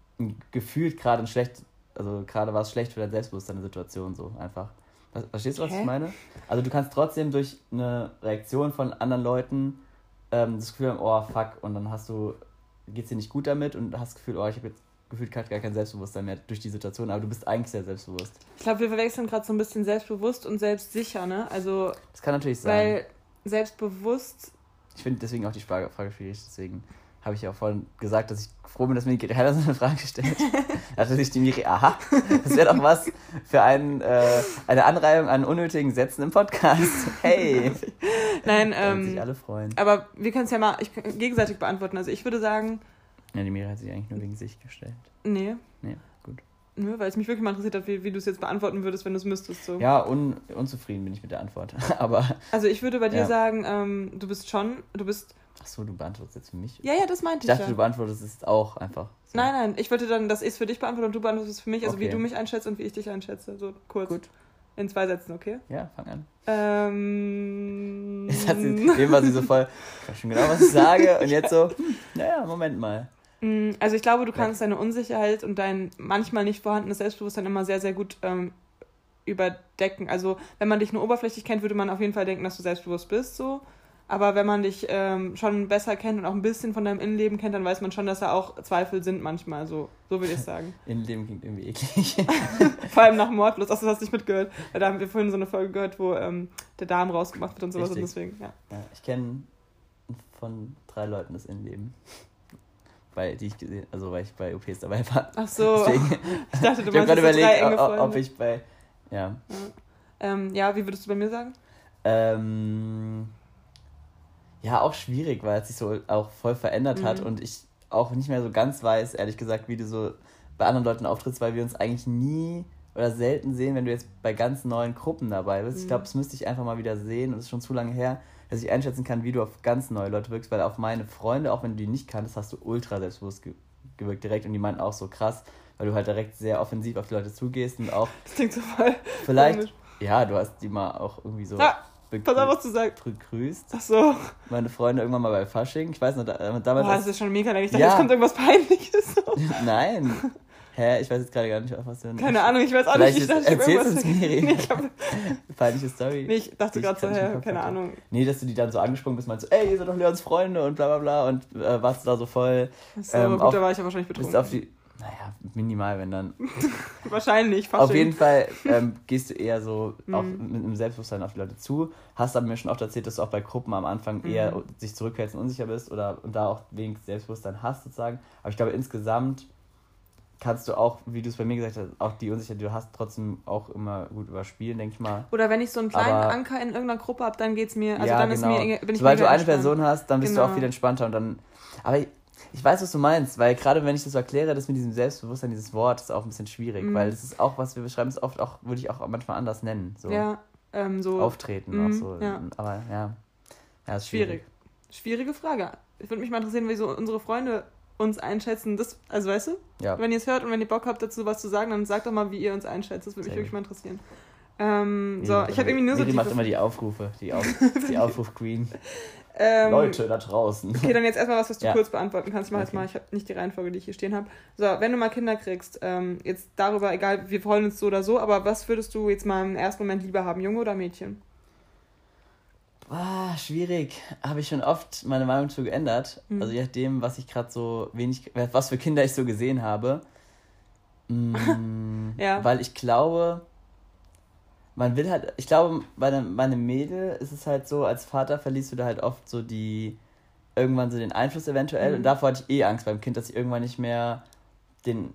gefühlt gerade ein schlecht, also gerade war es schlecht für dein Selbstbewusstsein in der Situation, so einfach. Verstehst du, was Hä? ich meine? Also du kannst trotzdem durch eine Reaktion von anderen Leuten ähm, das Gefühl haben, oh fuck, und dann hast du, geht's dir nicht gut damit und hast das Gefühl, oh, ich habe jetzt gefühlt gar kein Selbstbewusstsein mehr durch die Situation, aber du bist eigentlich sehr selbstbewusst. Ich glaube, wir verwechseln gerade so ein bisschen selbstbewusst und selbstsicher, ne? Also, das kann natürlich sein. Weil selbstbewusst... Ich finde deswegen auch die Frage, Frage schwierig, deswegen habe ich ja auch vorhin gesagt, dass ich froh bin, dass mir die Gerhard so eine Frage stellt. Da dachte sich die Miri, aha, das wäre doch was für ein, äh, eine Anreihung an unnötigen Sätzen im Podcast. Hey! Nein, da ähm... sich alle freuen. Aber wir können es ja mal ich, gegenseitig beantworten. Also ich würde sagen... Ja, die Miri hat sich eigentlich nur wegen sich gestellt. Nee. Nee, gut. Nö, weil es mich wirklich mal interessiert hat, wie, wie du es jetzt beantworten würdest, wenn du es müsstest. So. Ja, un, unzufrieden bin ich mit der Antwort. Aber also ich würde bei dir ja. sagen, ähm, du bist schon, du bist... Ach so, du beantwortest jetzt für mich? Ja, ja, das meinte ich Ich dachte, ja. du beantwortest es auch einfach. So. Nein, nein, ich wollte dann, dass ich es für dich beantworte und du beantwortest es für mich, also okay. wie du mich einschätzt und wie ich dich einschätze. So kurz. Gut. In zwei Sätzen, okay? Ja, fang an. Ähm... Jetzt hat sie, eben war sie so voll, ich weiß schon genau, was ich sage und jetzt so, hm, naja, Moment mal. Also ich glaube, du kannst deine Unsicherheit und dein manchmal nicht vorhandenes Selbstbewusstsein immer sehr, sehr gut ähm, überdecken. Also wenn man dich nur oberflächlich kennt, würde man auf jeden Fall denken, dass du selbstbewusst bist, so. Aber wenn man dich ähm, schon besser kennt und auch ein bisschen von deinem Innenleben kennt, dann weiß man schon, dass da auch Zweifel sind manchmal, so, so würde ich sagen. Innenleben klingt irgendwie eklig. Vor allem nach Mordlust, achso, das hast du nicht mitgehört. Weil da haben wir vorhin so eine Folge gehört, wo ähm, der Darm rausgemacht wird und sowas. Richtig. Und deswegen, ja. ja ich kenne von drei Leuten das Innenleben. Weil, die ich gesehen, also weil ich bei O Ps dabei war. Ach so, Deswegen, ich dachte, du ich meinst gerade überlegt, ob, ob ich bei, ja. Ja. Ähm, ja, wie würdest du bei mir sagen? Ähm, ja, auch schwierig, weil es sich so auch voll verändert mhm. hat und ich auch nicht mehr so ganz weiß, ehrlich gesagt, wie du so bei anderen Leuten auftrittst, weil wir uns eigentlich nie oder selten sehen, wenn du jetzt bei ganz neuen Gruppen dabei bist. Mhm. Ich glaube, das müsste ich einfach mal wieder sehen und es ist schon zu lange her, dass ich einschätzen kann, wie du auf ganz neue Leute wirkst, weil auf meine Freunde, auch wenn du die nicht kanntest, hast du ultra selbstbewusst ge- gewirkt direkt und die meinten auch so krass, weil du halt direkt sehr offensiv auf die Leute zugehst und auch... Das klingt so voll vielleicht, komisch. Ja, du hast die mal auch irgendwie so... Ja, begrü- pass auf, was du sagst. Begrüßt. Ach so. Meine Freunde irgendwann mal bei Fasching, ich weiß noch, da, damals... Boah, das ist schon mega lang. Ich dachte, ja. Jetzt kommt irgendwas Peinliches. Nein. Hä? Ich weiß jetzt gerade gar nicht, was du... Keine Ahnung, ich weiß auch Vielleicht nicht. Ich dachte, erzählst du es mir? Nee, ich hab... Peinliche Story. Nee, ich dachte gerade so, hä, keine Ahnung. Nee, dass du die dann so angesprungen bist, meinst so, ey, ihr seid doch Leons Freunde und bla bla bla und äh, warst da so voll... Achso, ähm, gut, auf, da war ich ja wahrscheinlich betrunken. Bist auf die... Naja, minimal, wenn dann... Wahrscheinlich, Fasching. Auf jeden Fall ähm, gehst du eher so auch mit einem Selbstbewusstsein auf die Leute zu. Hast aber mir schon oft erzählt, dass du auch bei Gruppen am Anfang mhm. eher sich zurückhältst und unsicher bist oder und da auch wenig Selbstbewusstsein hast sozusagen. Aber ich glaube, insgesamt kannst du auch, wie du es bei mir gesagt hast, auch die Unsicherheit, die du hast, trotzdem auch immer gut überspielen, denke ich mal. Oder wenn ich so einen kleinen aber, Anker in irgendeiner Gruppe habe, dann geht's mir, also ja, dann genau. ist mir, bin ich Sobald du eine entspannt. Person hast, dann bist genau. du auch viel entspannter und dann, aber ich, ich weiß, was du meinst, weil gerade wenn ich das so erkläre, das mit diesem Selbstbewusstsein, dieses Wort, ist auch ein bisschen schwierig, mhm. weil das ist auch, was wir beschreiben, ist oft auch, würde ich auch manchmal anders nennen. So. Ja, ähm, so. Auftreten mh, auch so, ja. aber ja. Ja, ist schwierig. schwierig. Schwierige Frage. Ich würde mich mal interessieren, wie so unsere Freunde uns einschätzen. Das, also weißt du, ja. wenn ihr es hört und wenn ihr Bock habt, dazu was zu sagen, dann sagt doch mal, wie ihr uns einschätzt. Das würde mich wirklich mal interessieren. Ähm, so, ich habe irgendwie nur so die macht immer die Aufrufe, die, Auf, die Aufruf-Queen. Ähm, Leute da draußen. Okay, dann jetzt erstmal was, was du ja. kurz beantworten kannst. Ich mache okay. jetzt mal, ich habe nicht die Reihenfolge, die ich hier stehen habe. So, wenn du mal Kinder kriegst, ähm, jetzt darüber, egal, wir freuen uns so oder so, aber was würdest du jetzt mal im ersten Moment lieber haben, Junge oder Mädchen? Ah, schwierig. Habe ich schon oft meine Meinung zu geändert. Mhm. Also je nachdem, was ich gerade so wenig, was für Kinder ich so gesehen habe. Mm, ja. Weil ich glaube, man will halt, ich glaube, bei einem, bei einem Mädel ist es halt so, als Vater verlierst du da halt oft so die, irgendwann so den Einfluss eventuell. Mhm. Und davor hatte ich eh Angst beim Kind, dass ich irgendwann nicht mehr den,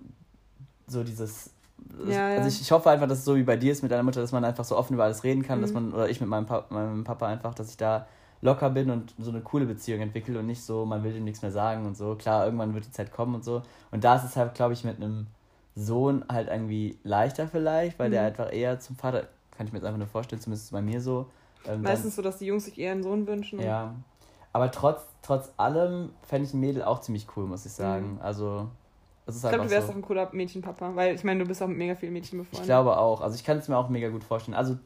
so dieses, ja, also ja. Ich, ich hoffe einfach, dass es so wie bei dir ist mit deiner Mutter, dass man einfach so offen über alles reden kann, mhm. dass man, oder ich mit meinem, pa- meinem Papa einfach, dass ich da locker bin und so eine coole Beziehung entwickle und nicht so, man will ihm nichts mehr sagen und so. Klar, irgendwann wird die Zeit kommen und so. Und da ist es halt, glaube ich, mit einem Sohn halt irgendwie leichter vielleicht, weil mhm. der einfach eher zum Vater, kann ich mir jetzt einfach nur vorstellen, zumindest bei mir so. Ähm, Meistens dann, so, dass die Jungs sich eher einen Sohn wünschen. Ja, aber trotz, trotz allem fände ich ein Mädel auch ziemlich cool, muss ich sagen. Mhm. Also, es ist ich glaube, du wärst so. Auch ein cooler Mädchenpapa, weil ich meine, du bist auch mit mega vielen Mädchen befreundet. Ich glaube auch, also ich kann es mir auch mega gut vorstellen. Also,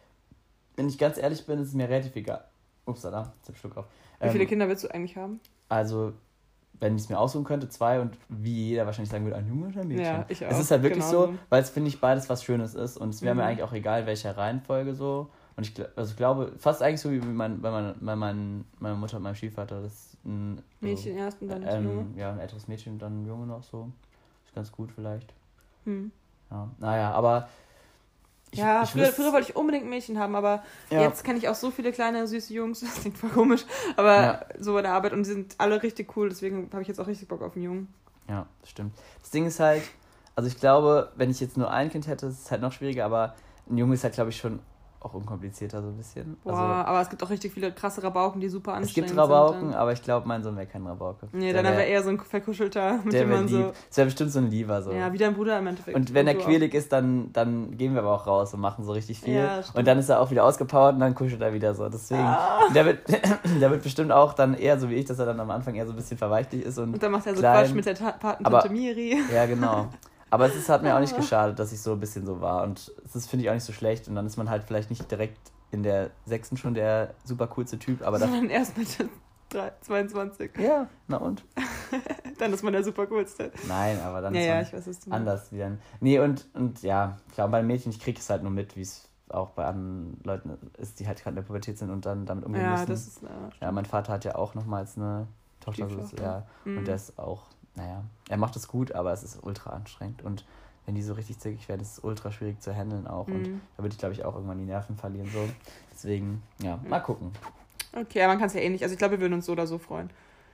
wenn ich ganz ehrlich bin, ist es mir relativ egal. Upsala, jetzt hab ich Schluck auf. Wie ähm, viele Kinder willst du eigentlich haben? Also, wenn ich es mir aussuchen könnte, zwei und wie jeder wahrscheinlich sagen würde, ein Junge oder ein Mädchen. Ja, ich auch. Es ist halt wirklich genau so, weil es, finde ich, beides was Schönes ist und es wäre mhm. mir eigentlich auch egal, welche Reihenfolge so. Und ich, also ich glaube, fast eigentlich so wie mein, bei, mein, bei mein, meiner Mutter und meinem Stiefvater. Das ist ein Mädchen so, erst und dann ähm, Junge. Ja, ein älteres Mädchen und dann ein Junge noch so. Ist ganz gut vielleicht. Hm. Ja, naja, aber Ich, ja, ich früher, früher wollte ich unbedingt ein Mädchen haben, aber ja. jetzt kenne ich auch so viele kleine, süße Jungs, das klingt voll komisch, aber ja. so bei der Arbeit und die sind alle richtig cool, deswegen habe ich jetzt auch richtig Bock auf einen Jungen. Ja, das stimmt. Das Ding ist halt, also ich glaube, wenn ich jetzt nur ein Kind hätte, ist es halt noch schwieriger, aber ein Junge ist halt, glaube ich, schon auch unkomplizierter so ein bisschen. Boah, also, aber es gibt auch richtig viele krasse Rabauken, die super anstrengend sind. Es gibt Rabauken, sind aber ich glaube, mein Sohn wäre kein Rabauke. Nee, dann wäre er eher so ein verkuschelter, mit dem man so... Das wäre bestimmt so ein Lieber so. Ja, wie dein Bruder im Endeffekt. Und wenn er quälig ist, dann, dann gehen wir aber auch raus und machen so richtig viel. Ja, und dann ist er auch wieder ausgepowert und dann kuschelt er wieder so. Deswegen, ah. der, wird, der wird bestimmt auch dann eher so wie ich, dass er dann am Anfang eher so ein bisschen verweichlich ist. Und, und dann macht er so klein. Quatsch mit der Ta- Patentante Miri. Ja, genau. Aber es ist, hat mir auch nicht geschadet, dass ich so ein bisschen so war. Und das finde ich auch nicht so schlecht. Und dann ist man halt vielleicht nicht direkt in der sechsten schon der super coolste Typ. Aber sondern erst mit zweiundzwanzig. Ja, na und? Dann ist man der super coolste. Nein, aber dann ja, ist man ja, ich weiß, was du anders wieder. Nee, und, und ja, klar, bei Mädchen, ich kriege es halt nur mit, wie es auch bei anderen Leuten ist, die halt gerade in der Pubertät sind und dann damit umgehen ja, müssen. Das ist, ja, ja, mein Vater hat ja auch nochmals eine Tochter. So, ja, mhm. Und der ist auch, naja, er macht es gut, aber es ist ultra anstrengend. Und wenn die so richtig zickig werden, ist es ultra schwierig zu handeln auch. Mhm. Und da würde ich, glaube ich, auch irgendwann die Nerven verlieren. So. Deswegen, ja, mal gucken. Okay, aber man kann es ja eh nicht. Also ich glaube, wir würden uns so oder so freuen.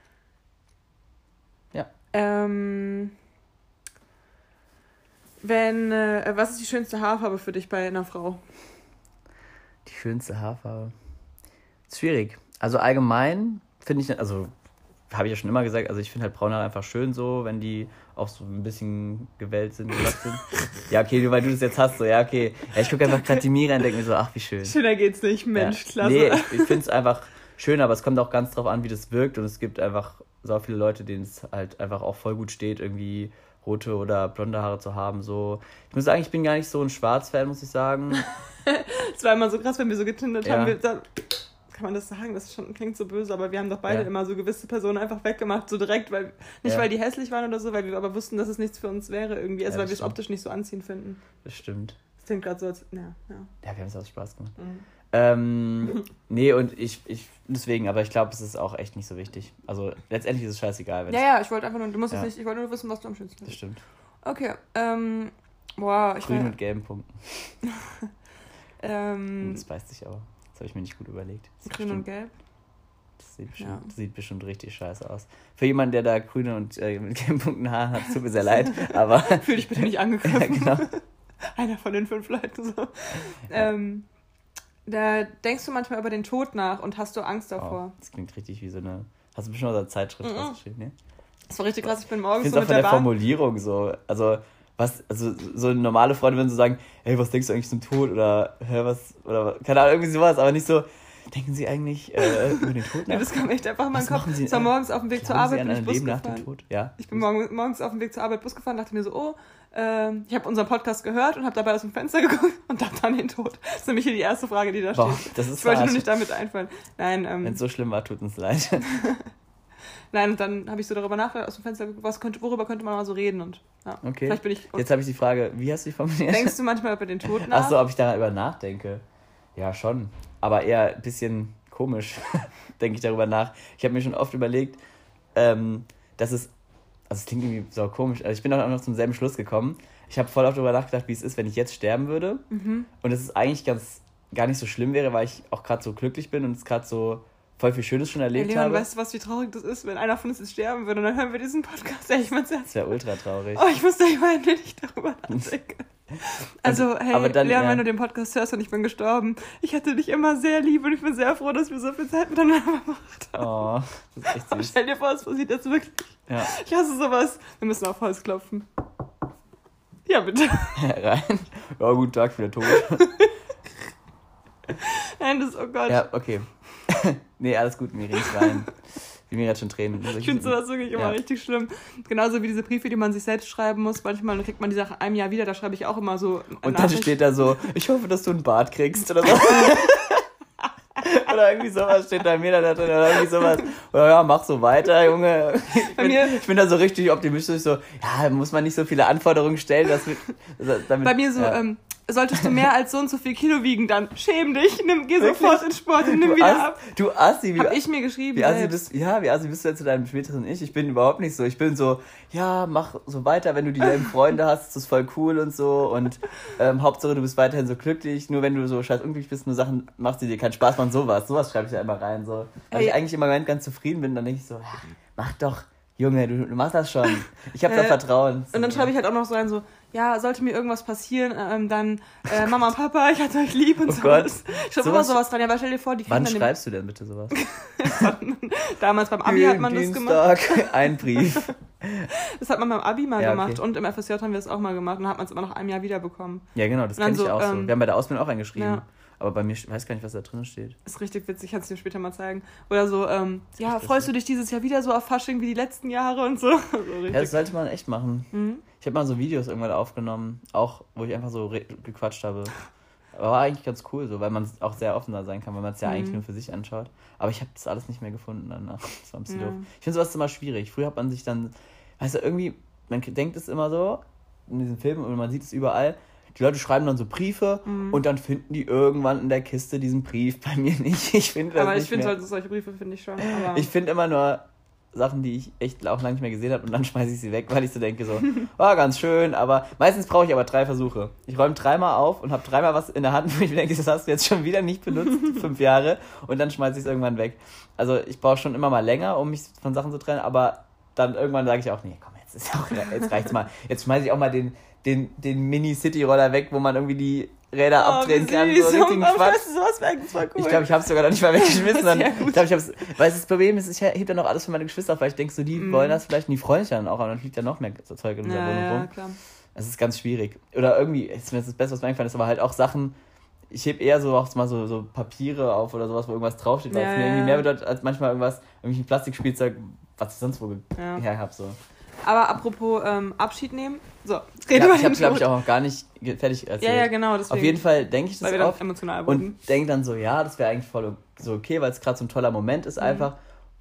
Ja. Ähm, wenn, äh, was ist die schönste Haarfarbe für dich bei einer Frau? Die schönste Haarfarbe? Ist schwierig. Also allgemein finde ich, also habe ich ja schon immer gesagt, also ich finde halt braune Haare einfach schön so, wenn die auch so ein bisschen gewellt sind. sind. Ja, okay, nur weil du das jetzt hast, so, ja, okay. Ja, ich gucke einfach gerade die Mira und denke mir so, ach, wie schön. Schöner geht's nicht, Mensch, ja. Klasse. Nee, ich, ich finde es einfach schön, aber es kommt auch ganz drauf an, wie das wirkt und es gibt einfach so viele Leute, denen es halt einfach auch voll gut steht, irgendwie rote oder blonde Haare zu haben, so. Ich muss sagen, ich bin gar nicht so ein Schwarz-Fan, muss ich sagen. Es war immer so krass, wenn wir so getindert ja. haben, wir da, kann man das sagen? Das schon, klingt so böse, aber wir haben doch beide ja. immer so gewisse Personen einfach weggemacht, so direkt, weil nicht ja. weil die hässlich waren oder so, weil wir aber wussten, dass es nichts für uns wäre irgendwie, also ja, weil wir es optisch nicht so anziehend finden. Das stimmt. Das klingt gerade so, als, ja, ja. Ja, wir haben es aus Spaß gemacht. Mhm. Ähm, nee, und ich, ich, deswegen, aber ich glaube, es ist auch echt nicht so wichtig. Also, letztendlich ist es scheißegal. Wenn ja, ja, ich wollte einfach nur, du musst ja. es nicht, ich wollte nur wissen, was du am schönsten hast. Das stimmt. Okay, ähm, boah, ich Grün war, mit gelben Punkten. ähm, das beißt sich aber. Das habe ich mir nicht gut überlegt. Grün bestimmt, und gelb? Das sieht bestimmt, ja. das sieht bestimmt richtig scheiße aus. Für jemanden, der da grüne und äh, mit gelben Punkten Haaren hat, tut mir sehr leid, aber... Fühl dich bitte nicht angegriffen. Ja, genau. Einer von den fünf Leuten so. Ja. Ähm, da denkst du manchmal über den Tod nach und hast du Angst davor. Oh, das klingt richtig wie so eine... Hast du bestimmt aus einer Zeitschrift mhm. rausgeschrieben, ne? Das war richtig krass, ich bin morgens ich so mit der Bahn... Ich finde es auch von der Formulierung so, also... Was, also so normale Freunde würden so sagen, hey, was denkst du eigentlich zum Tod? Oder, hä, was, oder, keine Ahnung, irgendwie sowas, aber nicht so, denken Sie eigentlich äh, über den Tod nach? Nee, das kam echt einfach in meinen Kopf. Sie, ich war morgens auf dem Weg zur Arbeit, bin ich Bus Leben gefahren. Nach dem Tod? Ja. Ich bin morgen, morgens auf dem Weg zur Arbeit Bus gefahren, dachte mir so, oh, äh, ich habe unseren Podcast gehört und habe dabei aus dem Fenster geguckt und dachte an den Tod. Das ist nämlich hier die erste Frage, die da Boah, steht. Das ist ich wollte nur nicht damit einfallen. Nein, ähm, wenn es so schlimm war, tut uns leid. Nein, und dann habe ich so darüber nachgedacht, aus dem Fenster geguckt, was könnte, worüber könnte man mal so reden. Und ja, okay. Vielleicht bin ich, jetzt habe ich die Frage, wie hast du die formuliert? Denkst du manchmal über den Tod nach? Ach so, ob ich darüber nachdenke? Ja, schon. Aber eher ein bisschen komisch denke ich darüber nach. Ich habe mir schon oft überlegt, ähm, dass es, also es klingt irgendwie so komisch, also ich bin auch noch zum selben Schluss gekommen, ich habe voll oft darüber nachgedacht, wie es ist, wenn ich jetzt sterben würde. Mhm. Und es ist eigentlich ganz gar nicht so schlimm wäre, weil ich auch gerade so glücklich bin und es gerade so voll viel Schönes schon erlebt hey, Leon, habe. Weißt du, was, wie traurig das ist, wenn einer von uns jetzt sterben würde und dann hören wir diesen Podcast. Ey, ich mein's das wäre ultra traurig. Oh, ich muss da immer nicht darüber nachdenken. Also, und, hey, dann, Leon, ja. wenn du den Podcast hörst und ich bin gestorben, ich hatte dich immer sehr lieb und ich bin sehr froh, dass wir so viel Zeit miteinander verbracht haben. Oh, das ist echt süß. Aber stell dir vor, es passiert jetzt wirklich. Ja. Ich hasse sowas. Wir müssen auf Holz klopfen. Ja, bitte. Rein. Ja, guten Tag, wieder tot. Nein, das ist, oh Gott. Ja, okay. Nee, alles gut, Miri, nicht rein. Wie mir gerade schon Tränen. Ich finde sowas wirklich immer ja. richtig schlimm. Genauso wie diese Briefe, die man sich selbst schreiben muss. Manchmal kriegt man die Sache einem Jahr wieder, da schreibe ich auch immer so. Und dann steht da so, ich hoffe, dass du einen Bart kriegst oder so. Oder irgendwie sowas steht da mir da drin oder irgendwie sowas. Oder ja, mach so weiter, Junge. Ich bin, ich bin da so richtig optimistisch, so, ja, muss man nicht so viele Anforderungen stellen, dass wir, damit, bei mir so, ja. ähm, solltest du mehr als so und so viel Kilo wiegen, dann schäm dich, nimm, geh Wirklich? sofort in Sport und nimm du wieder Ass, ab. Du Assi. Wie, Hab ich mir geschrieben. Wie Assi bist, ja, wie Assi bist du jetzt zu deinem späteren Ich? Ich bin überhaupt nicht so. Ich bin so, ja, mach so weiter, wenn du dieselben Freunde hast, das ist voll cool und so. Und ähm, Hauptsache, du bist weiterhin so glücklich. Nur wenn du so scheiß unglücklich bist, nur Sachen machst, die dir keinen Spaß machen, sowas. Sowas schreibe ich da immer rein. So. Weil hey. ich eigentlich im Moment ganz zufrieden bin, dann denke ich so, ja, mach doch. Junge, du, du machst das schon. Ich habe da äh, Vertrauen. Und dann schreibe ich halt auch noch so ein so, ja, sollte mir irgendwas passieren, ähm, dann äh, Mama und Papa, ich hatte euch lieb und oh sowas. Gott. Ich schreibe immer sowas dran. Ja, aber stell dir vor, die kriegen Wann dann schreibst den... du denn bitte sowas? Damals beim Abi hat man das gemacht. Ein Brief. Das hat man beim Abi mal ja, gemacht okay. und im F S J haben wir das auch mal gemacht und dann hat man es immer nach einem Jahr wiederbekommen. Ja, genau, das kenne ich so, auch ähm, so. Wir haben bei der Ausbildung auch eingeschrieben. Ja. Aber bei mir, ich weiß gar nicht, was da drin steht. Ist richtig witzig, ich kann es dir später mal zeigen. Oder so, ähm, ja, freust du dich dieses Jahr wieder so auf Fasching wie die letzten Jahre und so? so ja, das sollte man echt machen. Mhm. Ich habe mal so Videos irgendwann aufgenommen, auch wo ich einfach so re- gequatscht habe. Aber war eigentlich ganz cool so, weil man auch sehr offen da sein kann, weil man es ja mhm. eigentlich nur für sich anschaut. Aber ich habe das alles nicht mehr gefunden danach. Das war ein bisschen ja. doof. Ich finde sowas immer schwierig. Früher hat man sich dann, weißt du, irgendwie, man denkt es immer so, in diesen Filmen und man sieht es überall, die Leute schreiben dann so Briefe mhm. und dann finden die irgendwann in der Kiste diesen Brief. Bei mir nicht. Ich finde das aber nicht ich finde halt solche Briefe finde ich schon. Aber ich finde immer nur Sachen, die ich echt auch lange nicht mehr gesehen habe und dann schmeiße ich sie weg, weil ich so denke so, war oh, ganz schön, aber meistens brauche ich aber drei Versuche. Ich räume dreimal auf und habe dreimal was in der Hand, wo ich mir denke, das hast du jetzt schon wieder nicht benutzt, fünf Jahre und dann schmeiße ich es irgendwann weg. Also ich brauche schon immer mal länger, um mich von Sachen zu trennen, aber dann irgendwann sage ich auch, nee, komm, jetzt, ist auch, jetzt reicht's mal. Jetzt schmeiße ich auch mal den den, den Mini-City-Roller weg, wo man irgendwie die Räder oh, abdrehen kann. So richtigen Quatsch. Sowas wäre voll cool. Ich glaube, ich habe es sogar noch nicht mal weggeschmissen. Dann, ich glaube, ich habe weil das Problem ist, ich hebe dann noch alles für meine Geschwister auf, weil ich denke, so, die mm. wollen das vielleicht und die freuen sich dann auch, aber dann fliegt ja noch mehr so Zeug in der ja, Wohnung rum. Ja, klar. Das ist ganz schwierig. Oder irgendwie, das ist das Beste, was mir eingefallen ist, aber halt auch Sachen, ich hebe eher so auch mal so, so Papiere auf oder sowas, wo irgendwas draufsteht, weil ja, es mir irgendwie mehr bedeutet, als manchmal irgendwas, irgendwie ein Plastikspielzeug, was ich sonst wo ja. her habe. So. Aber apropos ähm, Abschied nehmen, so, reden ja, ich habe glaube ich auch noch gar nicht fertig erzählt. Ja, ja, genau. Deswegen, auf jeden Fall denke ich das weil wir oft emotional und denke dann so, ja, das wäre eigentlich voll so okay, weil es gerade so ein toller Moment ist mhm. einfach.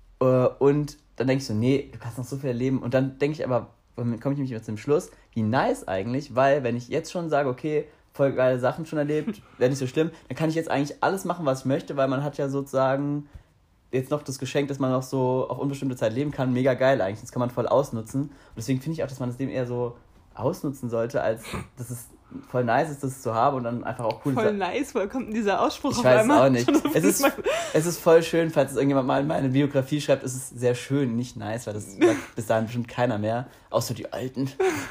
Und dann denke ich so, nee, du kannst noch so viel erleben. Und dann denke ich aber, dann komme ich nämlich zum Schluss, wie nice eigentlich, weil wenn ich jetzt schon sage, okay, voll geile Sachen schon erlebt, wäre nicht so schlimm, dann kann ich jetzt eigentlich alles machen, was ich möchte, weil man hat ja sozusagen jetzt noch das Geschenk, dass man noch so auf unbestimmte Zeit leben kann, mega geil eigentlich. Das kann man voll ausnutzen. Und deswegen finde ich auch, dass man das Leben eher so ausnutzen sollte, als dass es voll nice ist, das zu haben und dann einfach auch cool ist. Voll nice, woher kommt denn dieser Ausspruch ich auf weiß einmal? auch nicht. Es ist, es ist voll schön, falls es irgendjemand mal in meine Biografie schreibt, es ist sehr schön, nicht nice, weil das sagt bis dahin bestimmt keiner mehr, außer die Alten.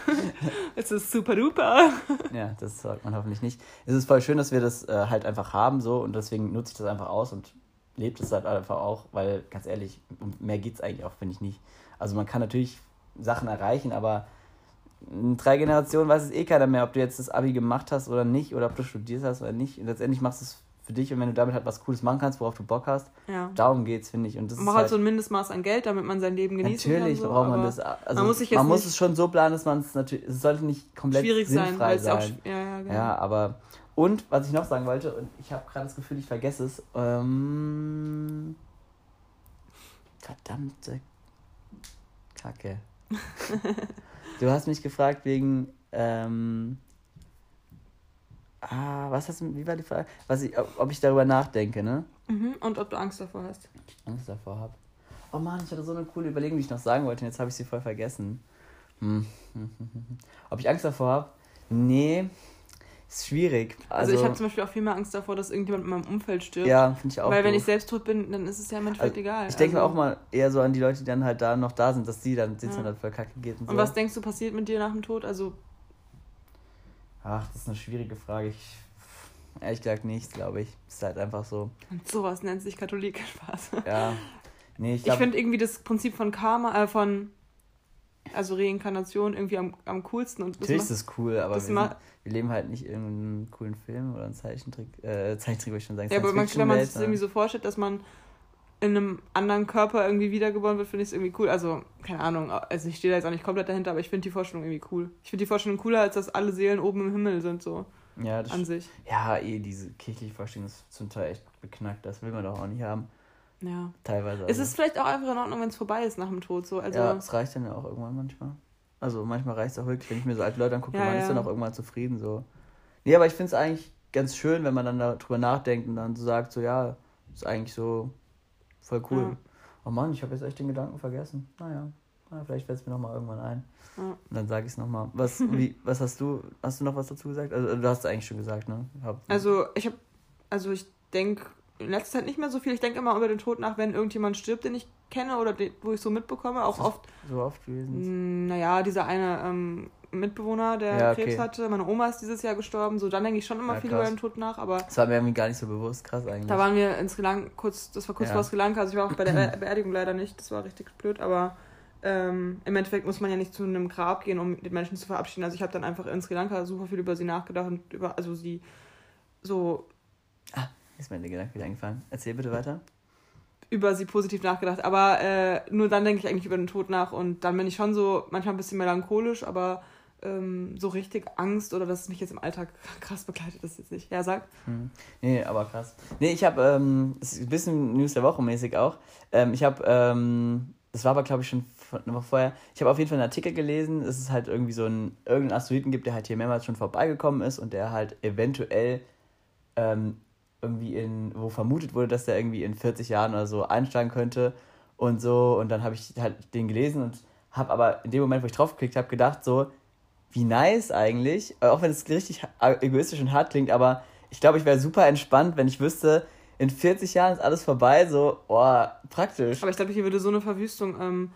Es ist super duper. Ja, das sagt man hoffentlich nicht. Es ist voll schön, dass wir das äh, halt einfach haben so und deswegen nutze ich das einfach aus und lebt es halt einfach auch, weil, ganz ehrlich, um mehr geht's eigentlich auch, finde ich nicht. Also man kann natürlich Sachen erreichen, aber in drei Generationen weiß es eh keiner mehr, ob du jetzt das Abi gemacht hast oder nicht, oder ob du studiert hast oder nicht. Und letztendlich machst du es für dich und wenn du damit halt was Cooles machen kannst, worauf du Bock hast, ja. darum geht's, finde ich. Und das man braucht halt so ein Mindestmaß an Geld, damit man sein Leben genießen natürlich kann. Natürlich so, braucht man das. Also man muss, sich jetzt man muss es schon so planen, dass man es natürlich, es sollte nicht komplett schwierig sinnfrei sein. sein. Auch, ja, ja, genau. ja, aber und, was ich noch sagen wollte, und ich habe gerade das Gefühl, ich vergesse es, ähm, verdammte Kacke. Du hast mich gefragt wegen, ähm, ah, was hast du, wie war die Frage? Was ich, ob ich darüber nachdenke, ne? Mhm, und ob du Angst davor hast. Angst davor habe. Oh Mann, ich hatte so eine coole Überlegung, die ich noch sagen wollte, und jetzt habe ich sie voll vergessen. Hm. Ob ich Angst davor habe? Nee, ist schwierig. Also, also ich habe zum Beispiel auch viel mehr Angst davor, dass irgendjemand in meinem Umfeld stirbt. Ja, finde ich auch. Weil doof. Wenn ich selbst tot bin, dann ist es ja im Endeffekt also, egal. Ich denke also, mir auch mal eher so an die Leute, die dann halt da noch da sind, dass die dann sitzen ja. und dann voll Kacke geht und so. Und was denkst du passiert mit dir nach dem Tod? Also Ach, das ist eine schwierige Frage. Ich, ehrlich gesagt nichts, glaube ich. Es ist halt einfach so. Und sowas nennt sich Katholik. Spaß. Ja. Nee, ich ich finde irgendwie das Prinzip von Karma, äh, von also Reinkarnation irgendwie am, am coolsten. Und natürlich ist das cool, aber wir, sind, wir leben halt nicht in einem coolen Film oder einem Zeichentrick, äh, Zeichentrick würde ich schon sagen. Ja, aber man, wenn man sich das irgendwie so vorstellt, dass man in einem anderen Körper irgendwie wiedergeboren wird, finde ich es irgendwie cool. Also, keine Ahnung, also ich stehe da jetzt auch nicht komplett dahinter, aber ich finde die Vorstellung irgendwie cool. Ich finde die Vorstellung cooler, als dass alle Seelen oben im Himmel sind, so ja, das an sich. Ja, eh, diese kirchliche Vorstellung ist zum Teil echt beknackt, das will man doch auch nicht haben. Ja. Teilweise. Also. Es ist vielleicht auch einfach in Ordnung, wenn es vorbei ist nach dem Tod, so. Also ja, es reicht dann ja auch irgendwann manchmal. Also manchmal reicht es auch wirklich, wenn ich mir so alte Leute angucke, ja, man ja. ist dann auch irgendwann zufrieden, so. Nee, aber ich finde es eigentlich ganz schön, wenn man dann darüber nachdenkt und dann so sagt, so, ja, ist eigentlich so voll cool. Ja. Oh Mann, ich habe jetzt echt den Gedanken vergessen. Naja, na, vielleicht fällt es mir nochmal irgendwann ein. Ja. Und dann sage ich es nochmal. Was, wie, was hast du, hast du noch was dazu gesagt? Also du hast es eigentlich schon gesagt, ne? Hab, also ich habe, also ich denke in letzter Zeit nicht mehr so viel. Ich denke immer über den Tod nach, wenn irgendjemand stirbt, den ich kenne oder den, wo ich so mitbekomme. Auch oft. So oft gewesen? Naja, dieser eine ähm, Mitbewohner, der ja, okay. Krebs hatte. Meine Oma ist dieses Jahr gestorben. So, dann denke ich schon immer ja, viel krass. über den Tod nach. Aber das war mir irgendwie gar nicht so bewusst. Krass eigentlich. Da waren wir in Sri Lanka, kurz, das war kurz ja. vor Sri Lanka. Also ich war auch bei der Beerdigung leider nicht. Das war richtig blöd. Aber ähm, im Endeffekt muss man ja nicht zu einem Grab gehen, um den Menschen zu verabschieden. Also ich habe dann einfach in Sri Lanka super viel über sie nachgedacht und über, also sie so... Ah. Ist mir der Gedanke wieder eingefallen. Erzähl bitte weiter. Über sie positiv nachgedacht. Aber äh, nur dann denke ich eigentlich über den Tod nach. Und dann bin ich schon so manchmal ein bisschen melancholisch, aber ähm, so richtig Angst oder dass es mich jetzt im Alltag krass begleitet, das jetzt nicht. Ja, sag. Hm. Nee, aber krass. Nee, ich habe, ähm, das ist ein bisschen News der Woche mäßig auch. Ähm, ich habe, ähm, das war aber glaube ich schon eine Woche vorher, ich habe auf jeden Fall einen Artikel gelesen, dass es halt irgendwie so einen, irgendeinen Asteroiden gibt, der halt hier mehrmals schon vorbeigekommen ist und der halt eventuell ähm, irgendwie in, wo vermutet wurde, dass der irgendwie in vierzig Jahren oder so einsteigen könnte und so. Und dann habe ich halt den gelesen und habe aber in dem Moment, wo ich draufgeklickt habe, gedacht so, wie nice eigentlich, auch wenn es richtig egoistisch und hart klingt, aber ich glaube, ich wäre super entspannt, wenn ich wüsste, in vierzig Jahren ist alles vorbei, so, oh, praktisch. Aber ich glaube, hier würde so eine Verwüstung ähm,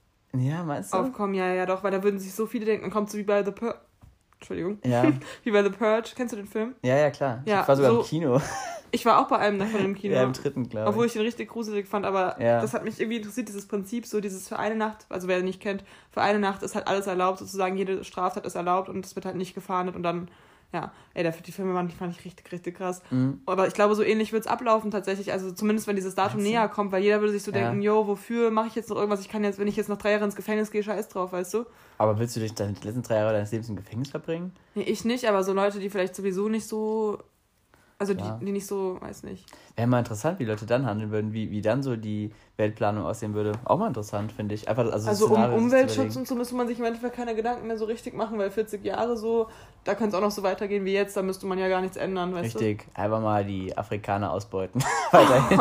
ja, meinst du? aufkommen, ja, ja, doch, weil da würden sich so viele denken, dann kommt so wie bei The Purge. Entschuldigung. Ja. Wie bei The Purge. Kennst du den Film? Ja, ja, klar. Ja, ich war sogar so, im Kino. Ich war auch bei einem davon im Kino. Ja, im dritten, glaube ich. Obwohl ich den richtig gruselig fand, aber ja. Das hat mich irgendwie interessiert, dieses Prinzip, so dieses für eine Nacht, also wer den nicht kennt, für eine Nacht ist halt alles erlaubt, sozusagen jede Straftat ist erlaubt und es wird halt nicht gefahndet und dann, ja, ey, dafür die Filme waren, die fand ich richtig, richtig krass. Mhm. Aber ich glaube, so ähnlich wird es ablaufen tatsächlich, also zumindest wenn dieses Datum näher kommt, weil jeder würde sich so ja. denken, yo, wofür mache ich jetzt noch irgendwas, ich kann jetzt, wenn ich jetzt noch drei Jahre ins Gefängnis gehe, scheiß drauf, weißt du? Aber willst du dich dann die letzten drei Jahre deines Lebens im Gefängnis verbringen? Nee, ich nicht, aber so Leute, die vielleicht sowieso nicht so... Also die, die nicht so, weiß nicht. Wäre mal interessant, wie Leute dann handeln würden, wie, wie dann so die Weltplanung aussehen würde. Auch mal interessant, finde ich. Einfach, also also um Umweltschutz und so müsste man sich im Endeffekt keine Gedanken mehr so richtig machen, weil vierzig Jahre so, da könnte es auch noch so weitergehen wie jetzt, da müsste man ja gar nichts ändern, weißt richtig. Du? Richtig, einfach mal die Afrikaner ausbeuten. Weiterhin.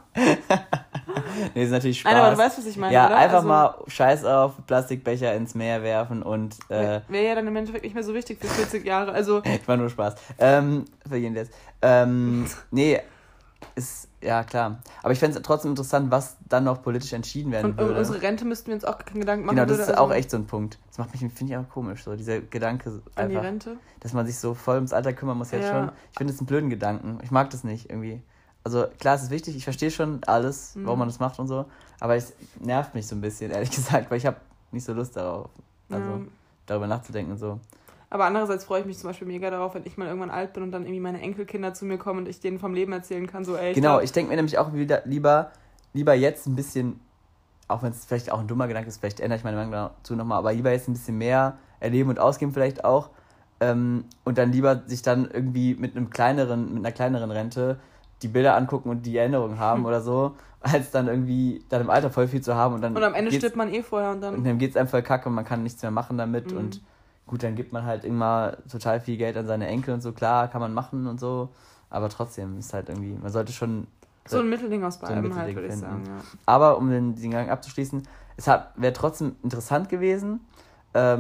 Nee, ist natürlich Spaß. Nein, aber du weißt, was ich meine, ja, oder? einfach also, mal Scheiß auf, Plastikbecher ins Meer werfen und... Äh, wäre ja dann im Endeffekt nicht mehr so wichtig für vierzig Jahre, also... Ich war nur Spaß. Ähm, für jeden jetzt. Ähm, nee, ist... Ja, klar. Aber ich fände es trotzdem interessant, was dann noch politisch entschieden werden und, würde. Und unsere Rente müssten wir uns auch keinen Gedanken machen. Genau, das würde, ist also auch echt so ein Punkt. Das macht mich, finde ich, auch komisch, so dieser Gedanke einfach... An die Rente? Dass man sich so voll ums Alter kümmern muss jetzt ja. schon. Ich finde das einen blöden Gedanken. Ich mag das nicht irgendwie. Also klar, es ist wichtig, ich verstehe schon alles, warum mhm. man das macht und so, aber es nervt mich so ein bisschen, ehrlich gesagt, weil ich habe nicht so Lust darauf, also ja. darüber nachzudenken und so. Aber andererseits freue ich mich zum Beispiel mega darauf, wenn ich mal irgendwann alt bin und dann irgendwie meine Enkelkinder zu mir kommen und ich denen vom Leben erzählen kann, so ey. Ich genau, glaub, ich denke mir nämlich auch wieder lieber, lieber jetzt ein bisschen, auch wenn es vielleicht auch ein dummer Gedanke ist, vielleicht ändere ich meine Meinung dazu nochmal, aber lieber jetzt ein bisschen mehr erleben und ausgeben vielleicht auch ähm, und dann lieber sich dann irgendwie mit einem kleineren, mit einer kleineren Rente die Bilder angucken und die Erinnerungen haben hm. oder so, als dann irgendwie dann im Alter voll viel zu haben und dann... Und am Ende stirbt man eh vorher und dann... Und dann geht's einem voll kacke und man kann nichts mehr machen damit mhm. und gut, dann gibt man halt immer total viel Geld an seine Enkel und so, klar, kann man machen und so, aber trotzdem ist halt irgendwie, man sollte schon... So ein Mittelding aus beidem so halt, würde ich sagen, ja. Aber um den, den Gang abzuschließen, es wäre trotzdem interessant gewesen, ähm,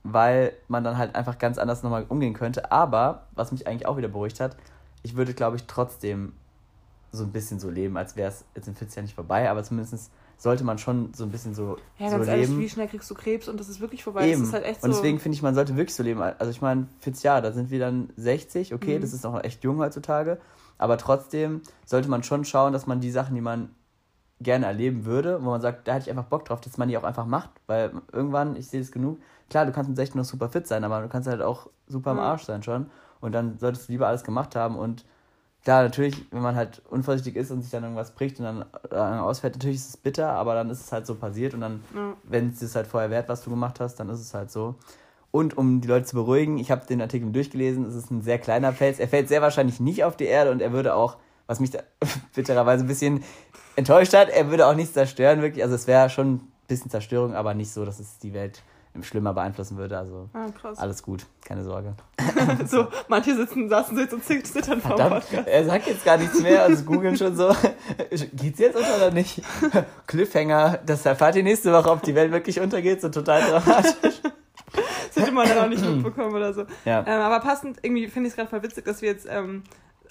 weil man dann halt einfach ganz anders nochmal umgehen könnte. Aber, was mich eigentlich auch wieder beruhigt hat, ich würde, glaube ich, trotzdem so ein bisschen so leben, als wäre es jetzt in vierzig Jahren nicht vorbei, aber zumindest sollte man schon so ein bisschen so, ja, so ganz leben. ehrlich, wie schnell kriegst du Krebs und das ist wirklich vorbei. Eben. Das ist halt echt so. Und deswegen finde ich, man sollte wirklich so leben. Also ich meine, vierzig Jahre, da sind wir dann sechzig, okay, mhm. das ist noch echt jung heutzutage, aber trotzdem sollte man schon schauen, dass man die Sachen, die man gerne erleben würde, wo man sagt, da hätte ich einfach Bock drauf, dass man die auch einfach macht, weil irgendwann, ich sehe das genug, klar, du kannst mit sechzehn noch super fit sein, aber du kannst halt auch super am Arsch sein schon und dann solltest du lieber alles gemacht haben und klar, natürlich, wenn man halt unvorsichtig ist und sich dann irgendwas bricht und dann äh, ausfällt, natürlich ist es bitter, aber dann ist es halt so passiert und dann, ja. wenn es dir halt vorher wert, was du gemacht hast, dann ist es halt so. Und um die Leute zu beruhigen, ich habe den Artikel durchgelesen, es ist ein sehr kleiner Fels, er fällt sehr wahrscheinlich nicht auf die Erde und er würde auch, was mich da bittererweise ein bisschen enttäuscht hat, er würde auch nichts zerstören, wirklich, also es wäre schon ein bisschen Zerstörung, aber nicht so, dass es die Welt schlimmer beeinflussen würde, also ah, krass. Alles gut, keine Sorge. So, manche sitzen, saßen so jetzt und zittern vor dem Podcast. Er sagt jetzt gar nichts mehr, also googeln schon so, geht's jetzt unter oder nicht? Cliffhanger, das erfahrt ihr nächste Woche, ob die Welt wirklich untergeht, so total dramatisch. Das hätte man dann auch nicht mitbekommen oder so. Ja. Ähm, aber passend, irgendwie finde ich es gerade voll witzig, dass wir jetzt ähm,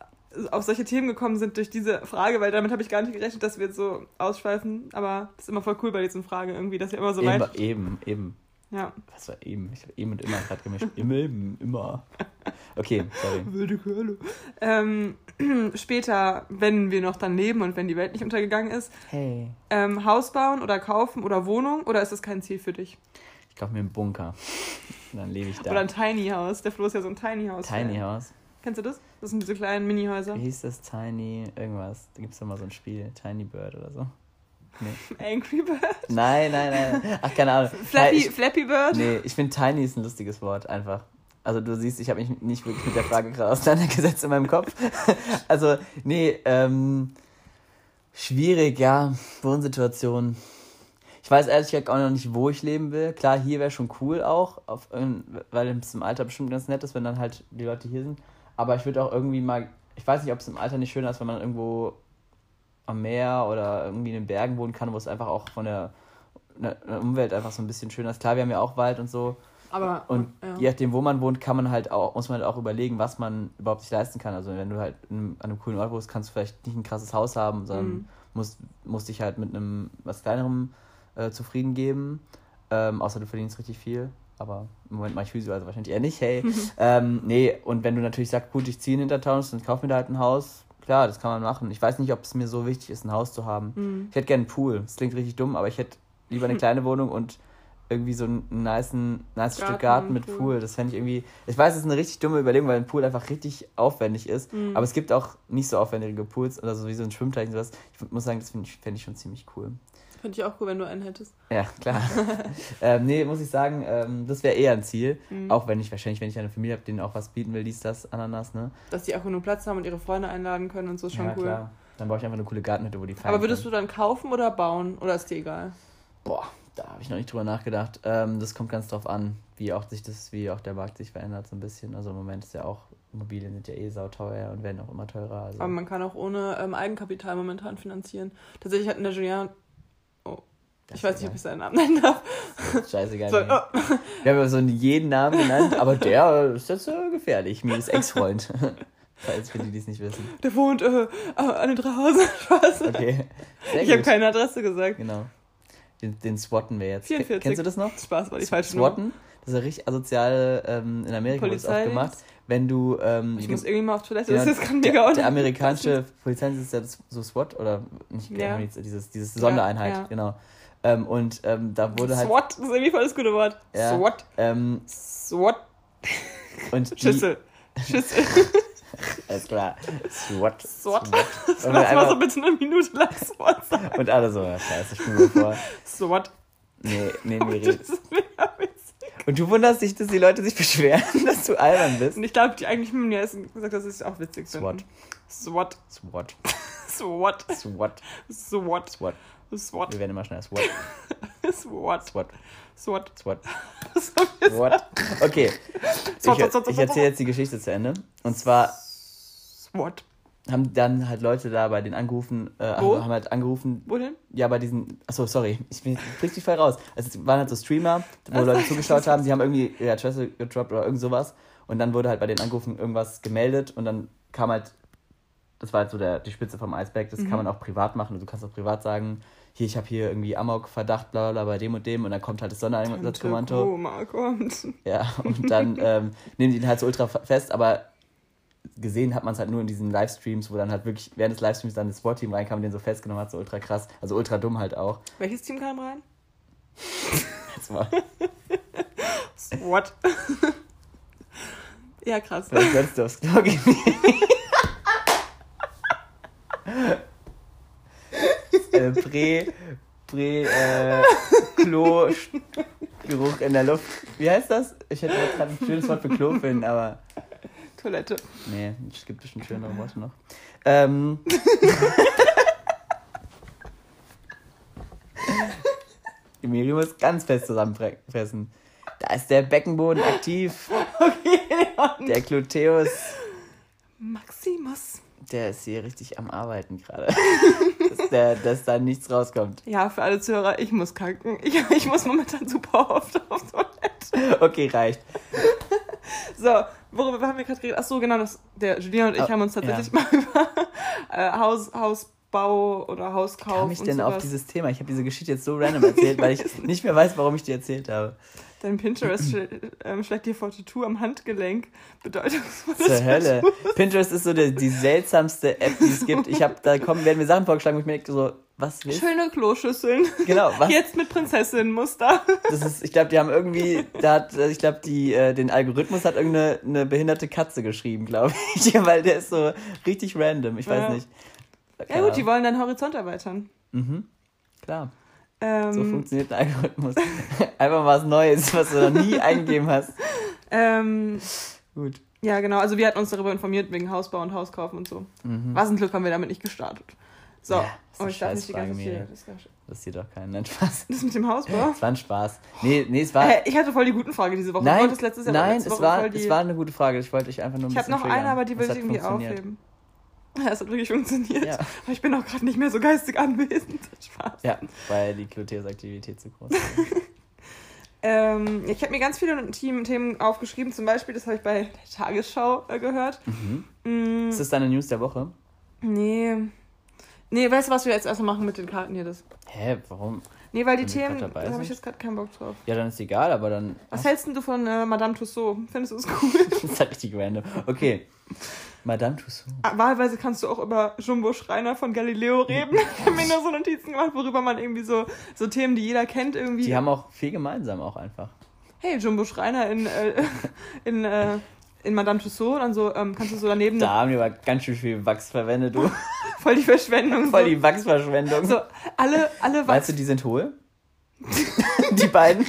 auf solche Themen gekommen sind durch diese Frage, weil damit habe ich gar nicht gerechnet, dass wir jetzt so ausschweifen, aber das ist immer voll cool bei diesen Fragen irgendwie, dass wir immer so eben, weit... Eben, eben. Ja. Was war eben? Ich habe eben und immer gerade gemischt. Immer, eben, immer. Okay, sorry. Wilde Kerle. Ähm, später, wenn wir noch dann leben und wenn die Welt nicht untergegangen ist, hey. ähm, Haus bauen oder kaufen oder Wohnung oder ist das kein Ziel für dich? Ich kaufe mir einen Bunker. Und dann lebe ich da. Oder ein Tiny House. Der Flo ist ja so ein Tiny House. Tiny House. Kennst du das? Das sind diese kleinen Mini-Häuser. Wie hieß das? Tiny irgendwas. Da gibt es doch mal so ein Spiel. Tiny Bird oder so. Nee. Angry Bird? Nein, nein, nein. Ach, keine Ahnung. Flappy, ich, Flappy Bird? Nee, ich finde Tiny ist ein lustiges Wort, einfach. Also du siehst, ich habe mich nicht wirklich mit der Frage gerade auseinandergesetzt in meinem Kopf. Also, nee, ähm, schwierig, ja, Wohnsituation. Ich weiß ehrlich gesagt auch noch nicht, wo ich leben will. Klar, hier wäre schon cool auch, auf, weil es im Alter bestimmt ganz nett ist, wenn dann halt die Leute hier sind. Aber ich würde auch irgendwie mal, ich weiß nicht, ob es im Alter nicht schöner ist, wenn man irgendwo am Meer oder irgendwie in den Bergen wohnen kann, wo es einfach auch von der, der Umwelt einfach so ein bisschen schöner ist. Klar, wir haben ja auch Wald und so. Aber, und ja. je nachdem, wo man wohnt, kann man halt auch, muss man halt auch überlegen, was man überhaupt sich leisten kann. Also wenn du halt in, an einem coolen Ort wohnst, kannst du vielleicht nicht ein krasses Haus haben, sondern mhm. musst, musst dich halt mit einem was kleinerem äh, zufrieden geben. Ähm, außer du verdienst richtig viel. Aber im Moment mache ich Physio, also wahrscheinlich eher nicht. Hey, ähm, nee, und wenn du natürlich sagst, gut, ich ziehe in Hintertaunus, dann kauf mir da halt ein Haus. Klar, das kann man machen. Ich weiß nicht, ob es mir so wichtig ist, ein Haus zu haben. Mhm. Ich hätte gerne einen Pool. Das klingt richtig dumm, aber ich hätte lieber eine kleine Wohnung und irgendwie so ein nice, nice Stück Garten mit Pool. Pool. Das fände ich irgendwie... Ich weiß, es ist eine richtig dumme Überlegung, weil ein Pool einfach richtig aufwendig ist. Mhm. Aber es gibt auch nicht so aufwendige Pools oder so wie so ein Schwimmteich und sowas. Ich muss sagen, das fände ich, fänd ich schon ziemlich cool. Finde ich auch cool, wenn du einen hättest. Ja, klar. ähm, nee, muss ich sagen, ähm, das wäre eher ein Ziel. Mhm. Auch wenn ich wahrscheinlich, wenn ich eine Familie habe, denen auch was bieten will, dies, das, Ananas, ne? Dass die auch genug Platz haben und ihre Freunde einladen können und so, ist schon ja, cool. Klar. Dann baue ich einfach eine coole Gartenhütte, wo die feiern. Aber würdest können. du dann kaufen oder bauen? Oder ist dir egal? Boah, da habe ich noch nicht drüber nachgedacht. Ähm, das kommt ganz drauf an, wie auch sich das, wie auch der Markt sich verändert so ein bisschen. Also im Moment ist ja auch, Immobilien sind ja eh sauteuer und werden auch immer teurer. Also. Aber man kann auch ohne ähm, Eigenkapital momentan finanzieren. Tatsächlich hat in der Julian... Oh. Das ich weiß nicht, ob ich seinen Namen nennen darf. Scheißegal. So, oh. Wir haben ja so jeden Namen genannt, aber der ist jetzt äh, gefährlich. Mir ist Ex-Freund. Falls für die, die es nicht wissen. Der wohnt äh, an den Drehhausen. Spaß. Okay. Sehr ich habe keine Adresse gesagt. Genau. Den, den swatten wir jetzt. vierundvierzig. Kennst du das noch? Spaß, war die falsche Swatten? Das ist ja richtig asozial. Ähm, in Amerika wird es oft gemacht. Wenn du... Ähm, ich muss irgendwie mal auf Toilette. Ja, das ist jetzt der, der, der amerikanische Polizeidienst ist ja das, so SWAT oder nicht ja. dieses, dieses Sondereinheit. Ja, ja. Genau. Ähm, und ähm, da wurde halt... SWAT, das ist irgendwie voll das gute Wort. Ja, SWAT. Ähm, SWAT. Und Schüssel. Schüssel. Alles klar. SWAT. SWAT. Das war so bitte eine Minute lang SWAT sagen. Und alle so, scheiße, spiel mir vor. SWAT. Nee, nee, nee. Das ist mega witzig. Und du wunderst dich, dass die Leute sich beschweren, dass du albern bist. Und ich glaube, die eigentlich haben mir gesagt, dass ich es auch witzig finde. SWAT. SWAT. SWAT. SWAT. SWAT. SWAT. SWAT. SWAT. Wir werden immer schneller. SWAT. SWAT. SWAT. SWAT. SWAT. SWAT. Okay. Ich, ich erzähle jetzt die Geschichte zu Ende. Und zwar... SWAT. haben dann halt Leute da bei denen angerufen, äh, Wo? haben halt angerufen. Wo denn? Ja, bei diesen, achso, sorry, ich bin richtig voll raus. Also es waren halt so Streamer, wo Was? Leute zugeschaut haben, die haben irgendwie ja, Adresse gedroppt oder irgend sowas und dann wurde halt bei denen angerufen, irgendwas gemeldet und dann kam halt, das war halt so der, die Spitze vom Eisberg, das mhm. kann man auch privat machen, du kannst auch privat sagen, hier, ich habe hier irgendwie Amok-Verdacht, bla bla bla, bei dem und dem und dann kommt halt das Sondereinsatzkommando. Oh, mal kommt. Ja, und dann ähm, nehmen die ihn halt so ultra fest, aber gesehen hat man es halt nur in diesen Livestreams, wo dann halt wirklich während des Livestreams dann das SWAT-Team reinkam und den so festgenommen hat, so ultra krass, also ultra dumm halt auch. Welches Team kam rein? Jetzt mal. SWAT. Ja, krass. Vielleicht solltest du aufs Klo gehen. äh, Prä, Prä, äh, Klo, Geruch in der Luft. Wie heißt das? Ich hätte jetzt gerade ein schönes Wort für Klo finden, aber... Toilette. Nee, es gibt bestimmt schönere Worte noch. Ähm... Die Miri muss ganz fest zusammenpressen. Da ist der Beckenboden aktiv. Okay, Leon. Der Gluteus. Maximus. Der ist hier richtig am Arbeiten gerade. dass, der, dass da nichts rauskommt. Ja, für alle Zuhörer, ich muss kacken. Ich, ich muss momentan super oft auf Toilette. Okay, reicht. So, worüber haben wir gerade geredet? Achso, genau, das, der Julian und ich oh, haben uns tatsächlich ja. mal über äh, Haus, Hausbau oder Hauskauf. Wie kam ich denn sowas. auf dieses Thema? Ich habe diese Geschichte jetzt so random erzählt, weil ich nicht mehr weiß, warum ich die erzählt habe. Dein Pinterest sch- ähm, schlägt dir vor Tattoo am Handgelenk. Bedeutungsvolles Zur Hölle. Pinterest ist so die, die seltsamste App, die es gibt. Ich hab, da kommen, werden mir Sachen vorgeschlagen, wo ich mir denke, so, was willst du? Schöne Kloschüsseln. Genau, was? Jetzt mit Prinzessinnenmuster. Das ist, ich glaube, die haben irgendwie, da hat, ich glaube, die, äh, den Algorithmus hat irgendeine eine behinderte Katze geschrieben, glaube ich. Weil der ist so richtig random, ich weiß ja. nicht. Ja gut, die wollen deinen Horizont erweitern. Mhm, klar. Ähm, so funktioniert ein Algorithmus. Einfach was Neues, was du noch nie eingegeben hast. Ähm, Gut. Ja, genau. Also wir hatten uns darüber informiert, wegen Hausbau und Hauskaufen und so. Mhm. Was ein Glück haben wir damit nicht gestartet. So, ja, aber ich darf nicht die ganze Zeit. Das, das ist hier doch kein Nein, Spaß. Das mit dem Hausbau? Das war ein Spaß. Nee, nee, es war... Äh, ich hatte voll die guten Frage diese Woche. Nein, ich letztes Jahr nein letzte es, Woche war, voll die... es war eine gute Frage. Ich wollte dich einfach nur ein ich bisschen Ich habe noch eine, aber die will ich irgendwie aufheben. Ja, es hat wirklich funktioniert. Ja. Aber ich bin auch gerade nicht mehr so geistig anwesend. Spaß. Ja, weil die Gluteus-Aktivität zu groß ist. ähm, ich habe mir ganz viele Themen aufgeschrieben. Zum Beispiel, das habe ich bei der Tagesschau äh, gehört. Mhm. Mm. Ist das deine News der Woche? Nee. Nee, weißt du, was wir jetzt erstmal machen mit den Karten hier? Das? Hä, warum? Nee, weil die Themen, da habe ich jetzt gerade keinen Bock drauf. Ja, dann ist egal, aber dann... Was ach. hältst denn du von äh, Madame Tussauds? Findest du es cool? Das ist halt richtig random. Okay. Madame Tussauds. Wahlweise kannst du auch über Jumbo Schreiner von Galileo reden. Ich habe mir nur so Notizen gemacht, worüber man irgendwie so, so Themen, die jeder kennt, irgendwie... Die haben auch viel gemeinsam auch einfach. Hey, Jumbo Schreiner in, äh, in, äh, in Madame Tussauds, dann so, ähm, kannst du so daneben... Da haben die aber ganz schön viel Wachs verwendet, du. Voll die Verschwendung. Voll so. die Wachsverschwendung. So, alle, alle Wachs... Meinst du, die sind hohl? Die beiden?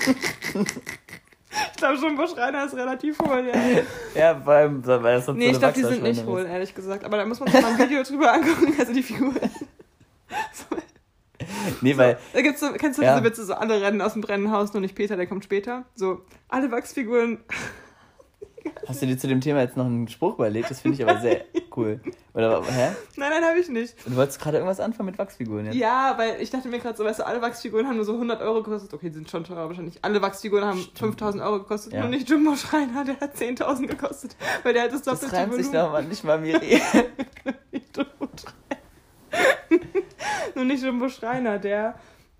Ich glaube, Jumbo Schreiner ist relativ hohl, ja. Ja, vor allem, weil das so nee, ich glaube, die sind nicht hohl, ehrlich gesagt. Aber da muss man sich mal ein Video drüber angucken, also die Figuren. So. Nee, weil... Da gibt's so, kennst du ja. diese Witze, so alle rennen aus dem brennenden Haus, nur nicht Peter, der kommt später. So, alle Wachsfiguren... Hast du dir zu dem Thema jetzt noch einen Spruch überlegt? Das finde ich aber sehr cool. Oder, hä? Nein, nein, habe ich nicht. Du wolltest gerade irgendwas anfangen mit Wachsfiguren jetzt? Ja, weil ich dachte mir gerade so, weißt du, alle Wachsfiguren haben nur so hundert Euro gekostet. Okay, die sind schon teuer wahrscheinlich. Alle Wachsfiguren haben Stimmt. fünftausend Euro gekostet. Ja. Nur nicht Jumbo Schreiner, der hat zehntausend gekostet. Weil der hat das doppelte Volumen. Das reimt sich doch mal nicht mal, Miri. Nicht Jumbo Schreiner. Nur nicht Jumbo Schreiner, der...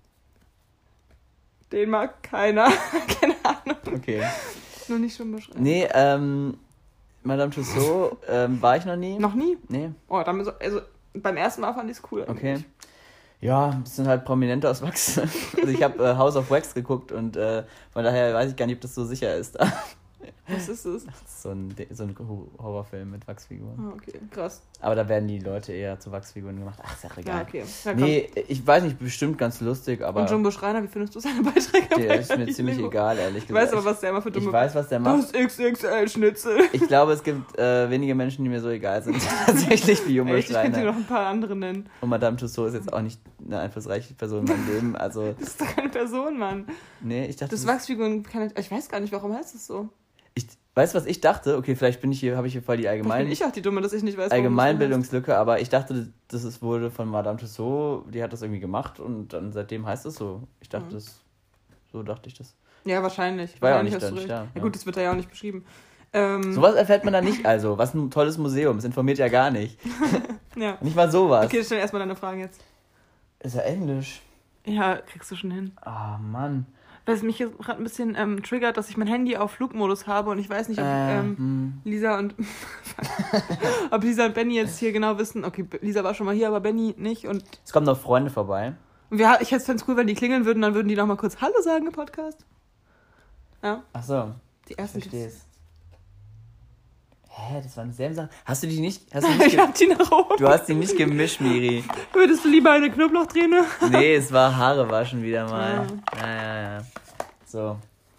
Den mag keiner. Keine Ahnung. Okay. Nur nicht Jumbo Schreiner. Nee, ähm... Madame Tussauds ähm, war ich noch nie. Noch nie? Nee. Oh, dann so, also beim ersten Mal fand ich es cool. Okay. Eigentlich. Ja, das sind halt Prominente aus Wachs. Also ich habe äh, House of Wax geguckt und äh, von daher weiß ich gar nicht, ob das so sicher ist. Was ist das? Das ist so ein, so ein Horrorfilm mit Wachsfiguren. Ah, okay, krass. Aber da werden die Leute eher zu Wachsfiguren gemacht. Ach, ist ja egal. Ja, okay. Ja, nee, ich weiß nicht, bestimmt ganz lustig, aber... Und Jumbo Schreiner, wie findest du seine Beiträge? Der ist mir ziemlich Lego? egal, ehrlich gesagt. Ich weiß aber, was der immer für dumme... Ich weiß, was der macht. Das X X L-Schnitzel. Ich glaube, es gibt äh, wenige Menschen, die mir so egal sind. Tatsächlich wie Jumbo Echt, Schreiner. Ich könnte dir noch ein paar andere nennen. Und Madame Tussauds ist jetzt auch nicht eine einflussreiche Person in meinem Leben, also... Das ist doch keine Person, Mann. Nee, ich dachte... Das, das Wachsfiguren kann ich... Ich weiß gar nicht, warum heißt das so? Ich, Weißt du, was ich dachte? Okay, vielleicht bin ich hier, habe ich hier voll die allgemein... bin ich auch die Dumme, dass ich nicht weiß, Allgemeinbildungslücke, aber ich dachte, das ist, wurde von Madame Tussauds, die hat das irgendwie gemacht und dann seitdem heißt es so. Ich dachte, mhm. das... So dachte ich das. Ja, wahrscheinlich. Ich war ja auch nicht nicht da, nicht da. Ja, ja gut, das wird da ja auch nicht beschrieben. Ähm, sowas erfährt man da nicht, also. Was ein tolles Museum. Es informiert ja gar nicht. ja. Nicht mal sowas. Okay, stell erstmal deine Fragen jetzt. Ist ja Englisch. Ja, kriegst du schon hin. Ah, oh, Mann. Was mich jetzt gerade ein bisschen ähm, triggert, dass ich mein Handy auf Flugmodus habe und ich weiß nicht, ob äh, ähm, hm. Lisa und ob Lisa und Benny jetzt hier genau wissen, okay, Lisa war schon mal hier, aber Benny nicht. Und es kommen noch Freunde vorbei. Und wir, ich hätte es cool, wenn die klingeln würden, dann würden die noch mal kurz Hallo sagen im Podcast. Ja. Ach so. Die ersten. Ich verstehe es. Hä, das waren dieselben Sachen. Hast du die nicht... Hast du nicht ich ge- hab die nach oben. Du hast die nicht gemischt, Miri. Würdest du lieber eine Knoblauchträne? Nee, es war Haare waschen wieder mal. Ja, ja, ja. ja. So.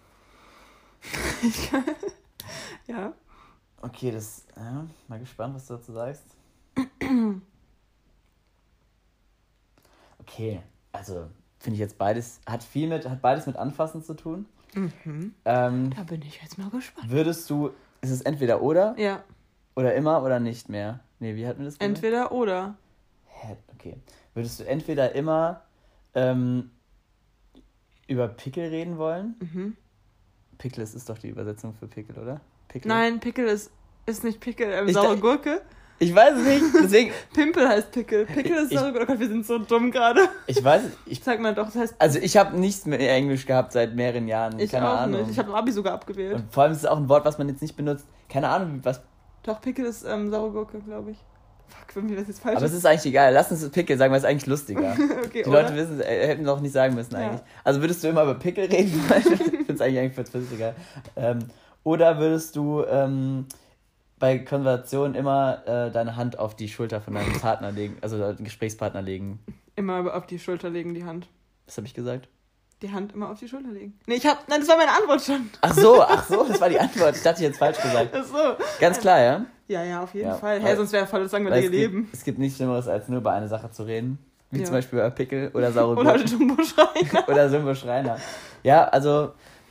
ja. Okay, das... Ja, mal gespannt, was du dazu sagst. Okay, also finde ich jetzt beides... Hat viel mit... Hat beides mit Anfassen zu tun. Mhm. Ähm, da bin ich jetzt mal gespannt. Würdest du... Ist es entweder oder? Ja. Oder immer oder nicht mehr? Nee, wie hatten wir das gemacht? Entweder oder. Hä, okay. Würdest du entweder immer ähm, über Pickel reden wollen? Mhm. Pickel ist, ist doch die Übersetzung für Pickel, oder? Pickel? Nein, Pickel ist, ist nicht Pickel, ähm, saure Gurke. Ich weiß es nicht, deswegen... Pimpel heißt Pickel. Pickel ist saure Gurke. Oh Gott, wir sind so dumm gerade. Ich weiß ich Sag mal doch, das heißt... Also ich habe nichts mehr Englisch gehabt seit mehreren Jahren. Ich Keine auch Ahnung. nicht. Ich habe Abi sogar abgewählt. Und vor allem ist es auch ein Wort, was man jetzt nicht benutzt. Keine Ahnung, was... Doch, Pickel ist ähm, saure Gurke, glaube ich. Fuck, wenn mir das jetzt falsch ist. Aber es ist eigentlich egal. Lass uns Pickel sagen, weil es ist eigentlich lustiger. okay, Die oder? Leute wissen, äh, hätten doch nicht sagen müssen eigentlich. Ja. Also würdest du immer über Pickel reden? Ich finde es eigentlich eigentlich fast egal. Ähm, oder würdest du ähm, bei Konversationen immer äh, deine Hand auf die Schulter von deinem Partner legen, also deinem Gesprächspartner legen? Immer auf die Schulter legen, die Hand. Was habe ich gesagt? Die Hand immer auf die Schulter legen. Nee, ich hab... Nein, das war meine Antwort schon. Ach so, ach so, das war die Antwort. Ich dachte, ich hätte es falsch gesagt. Ach so. Ganz klar, ja? Ja, ja, auf jeden ja, Fall. Hä, hey, sonst wäre voll das langweilige Leben. Es gibt nichts Schlimmeres, als nur über eine Sache zu reden. Wie ja. zum Beispiel über Pickel oder saure Oder Gurken. Jumbo Schreiner. Oder Jumbo Schreiner. Ja, also...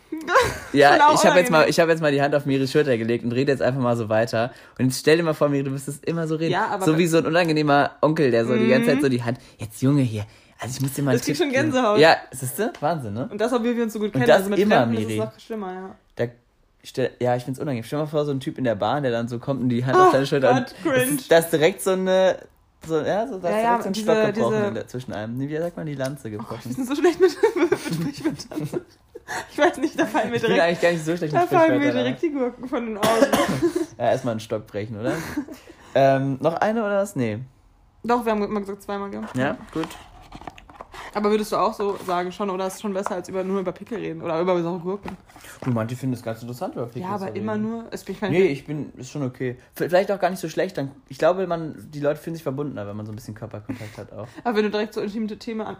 Ja, ich habe jetzt, mal, ich hab jetzt mal die Hand auf Miris Schulter gelegt und rede jetzt einfach mal so weiter. Und jetzt stell dir mal vor, Miri, du müsstest immer so reden. Ja, aber so wie so ein unangenehmer Onkel, der so mhm. die ganze Zeit so die Hand... Jetzt, Junge, hier... Also ich muss dir mal... Das kriegt schon Gänsehaut. Ja, siehst du? Wahnsinn, ne? Und das, obwohl wir uns so gut kennen. Und das also mit immer, Fremden Miri. ist es noch schlimmer, ja. Da, stell, ja, ich find's unangenehm. Stell dir mal vor, so ein Typ in der Bahn, der dann so kommt und die Hand oh, auf deine Schulter... Gott, und das ist, das ist direkt so eine... So, ja, so, da ja, ist ja, direkt so ein diese, Stock gebrochen diese... zwischen einem. Wie sagt man, die Lanze gebrochen. Oh, wir sind so schlecht mit Sprichwörtern. Ich weiß nicht, da fallen mir direkt... Ich bin eigentlich gar nicht so schlecht mit Da fallen mir Sprichwörtern, direkt die Gurken von den Augen. Ja, erstmal einen Stock brechen, oder? ähm, noch eine oder was? Nee. Doch, wir haben immer gesagt zweimal, gell? Ja, gut. Aber würdest du auch so sagen schon, oder ist es schon besser, als über, nur über Pickel reden? Oder über saure Gurken? Du, manche finden es ganz interessant, über Pickel Ja, aber zu reden. immer nur... Ich mein, nee, ich bin... Ist schon okay. Vielleicht auch gar nicht so schlecht. Dann, ich glaube, man, die Leute fühlen sich verbundener, wenn man so ein bisschen Körperkontakt hat auch. Aber wenn du direkt so intime Themen an...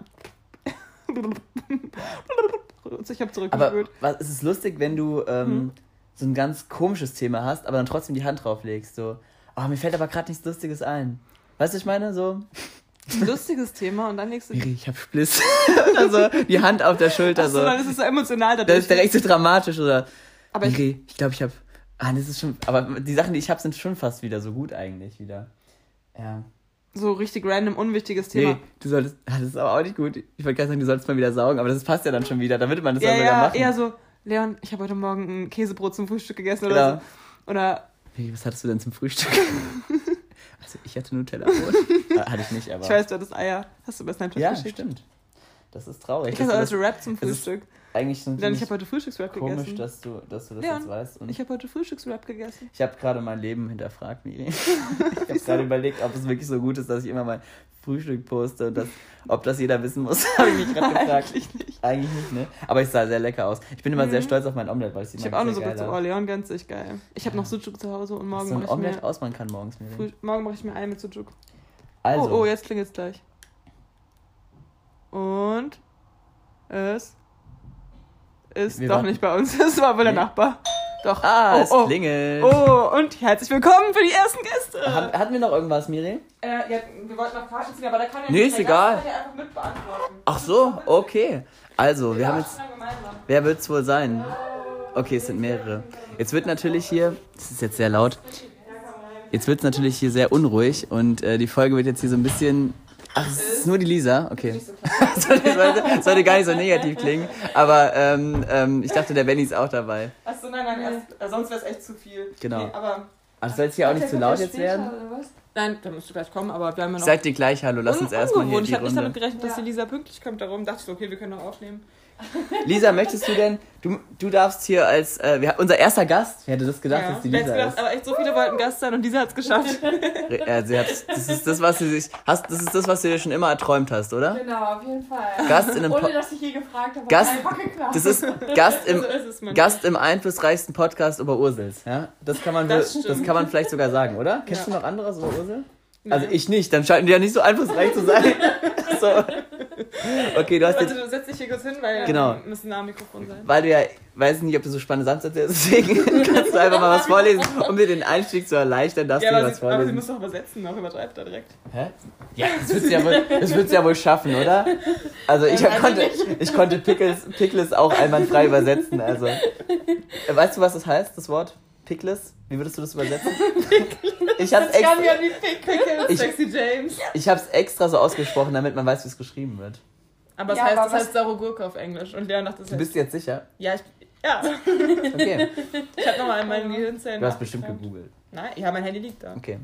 Ich hab zurückgespült. Aber was, es ist lustig, wenn du ähm, hm. so ein ganz komisches Thema hast, aber dann trotzdem die Hand drauflegst. So, oh, mir fällt aber gerade nichts Lustiges ein. Weißt du, ich meine? So... Ein lustiges Thema und dann legst du... Miri, ich hab Spliss. Oder so, die Hand auf der Schulter. Ach so, so. dann ist es so emotional. Das ist direkt so dramatisch, oder? Aber Miri, ich, ich glaube, ich hab... Ah, das ist schon... Aber die Sachen, die ich hab, sind schon fast wieder so gut eigentlich wieder. Ja. So richtig random, unwichtiges Thema. Nee, du solltest... Ah, das ist aber auch nicht gut. Ich wollte gerade sagen, du solltest mal wieder saugen, aber das passt ja dann schon wieder. Da würde man das ja, auch wieder ja, machen. eher so, Leon, ich habe heute Morgen ein Käsebrot zum Frühstück gegessen oder genau. so. Oder... Miri, was hattest du denn zum Frühstück? Also ich hatte Nutella-Brot. Hatte ich nicht, aber... Ich weiß, du hattest Eier. Hast du bei Snapchat ja, geschickt? Ja, stimmt. Das ist traurig. Ich hatte heute Rap zum Frühstück. Eigentlich so Leon, ich habe heute Frühstücksrap gegessen. Komisch, dass du, dass du das Leon, jetzt weißt. Und ich habe heute Frühstücksrap gegessen. Ich habe gerade mein Leben hinterfragt, Miri. Ich habe gerade überlegt, ob es wirklich so gut ist, dass ich immer mein Frühstück poste und das, ob das jeder wissen muss. Habe ich mich gerade gefragt. Eigentlich nicht. Eigentlich nicht, ne? Aber es sah sehr lecker aus. Ich bin immer mhm. sehr stolz auf mein Omelett, weil ich Ich habe auch nur so gesagt, oh, Leon, ganz echt geil. Ich habe noch Sucuk zu Hause und morgen so ein mache ich Omelett mir... ausmachen kann morgens, Miri. Früh, morgen mache ich mir Ei mit Sucuk. Also. Oh, oh, jetzt klingelt es gleich. Und es ist Wir doch warten. nicht bei uns. Es war wohl der Nee. Nachbar. Doch. Ah, oh, es oh. klingelt. Oh, und herzlich willkommen für die ersten Gäste. Hat, hatten wir noch irgendwas, Miri? Äh, ja, wir wollten noch Karten ziehen, aber da kann ja Nee, nicht ist der egal. Gast kann ja einfach mit beantworten. Ach so, okay. Also, wir Ja, haben jetzt... schon gemeinsam. Wer wird's wohl sein? Okay, es sind mehrere. Jetzt wird natürlich hier, das ist jetzt sehr laut, jetzt wird es natürlich hier sehr unruhig und äh, die Folge wird jetzt hier so ein bisschen... Ach, es ist nur die Lisa? Okay. sollte, sollte, sollte gar nicht so negativ klingen, aber ähm, ähm, ich dachte, der Benny ist auch dabei. Achso, nein, nein, erst, äh, sonst wäre es echt zu viel. Genau. Nee, aber... Ach, soll es hier auch nicht zu laut jetzt werden? Nein, da musst du gleich kommen, aber wir haben ja noch... Ich sag dir gleich Hallo, lass uns erstmal hier die Ich habe nicht Runde... damit gerechnet, dass Ja. die Lisa pünktlich kommt, darum dachte ich so, okay, wir können noch aufnehmen. Lisa, möchtest du denn... Du, du darfst hier als... Äh, wir, unser erster Gast, wer hätte das gedacht, Ja, dass die wer hätte Lisa gedacht, ist? aber echt so viele wollten Gast sein und Lisa hat es geschafft. Ja, sie hat, das ist das, was sie sich... Hast, das ist das, was du dir schon immer erträumt hast, oder? Genau, auf jeden Fall. Gast in einem Ohne, Po- dass ich je gefragt habe, Gast- einfach geklappt. Das ist Gast im, So ist es, Mann. Gast im einflussreichsten Podcast über Ursels. Ja? Das, kann man, Das das, stimmt. kann man vielleicht sogar sagen, oder? Kennst Ja. du noch anderes über Ursel? Nein. Also ich nicht, dann scheinen die ja nicht so einflussreich zu sein. so. Okay, du hast Also jetzt, du setzt dich hier kurz hin, weil Genau. wir müssen nah am Mikrofon sein. weil du ja, weiß nicht, ob du so spannende Satz erzählst, deswegen kannst du einfach mal was vorlesen, um dir den Einstieg zu erleichtern, darfst Ja, du dir aber was sie, aber sie vorlesen. muss doch übersetzen, auch übertreibt da direkt. Hä? Ja, das würdest du ja wohl, das würdest du ja wohl schaffen, oder? Also ich, hab, konnte, ich konnte Pickles, Pickles auch einwandfrei übersetzen, also. Äh, Weißt du, was das heißt, das Wort? Pickles? Wie würdest du das übersetzen? Ich hab's Das kann extra, ja nicht picken. Pickles, Ich- Sexy James. ich hab's extra so ausgesprochen, damit man weiß, wie es geschrieben wird. Aber es Ja, heißt, aber das was- heißt saure Gurke auf Englisch. Und Leon dachte, das Du heißt... bist dir jetzt sicher? Ja, ich... Ja, Okay. ich hab nochmal in meinen Gehirnzellen Du hast bestimmt nachgefragt. gegoogelt. Nein, ja, mein Handy liegt da. Okay.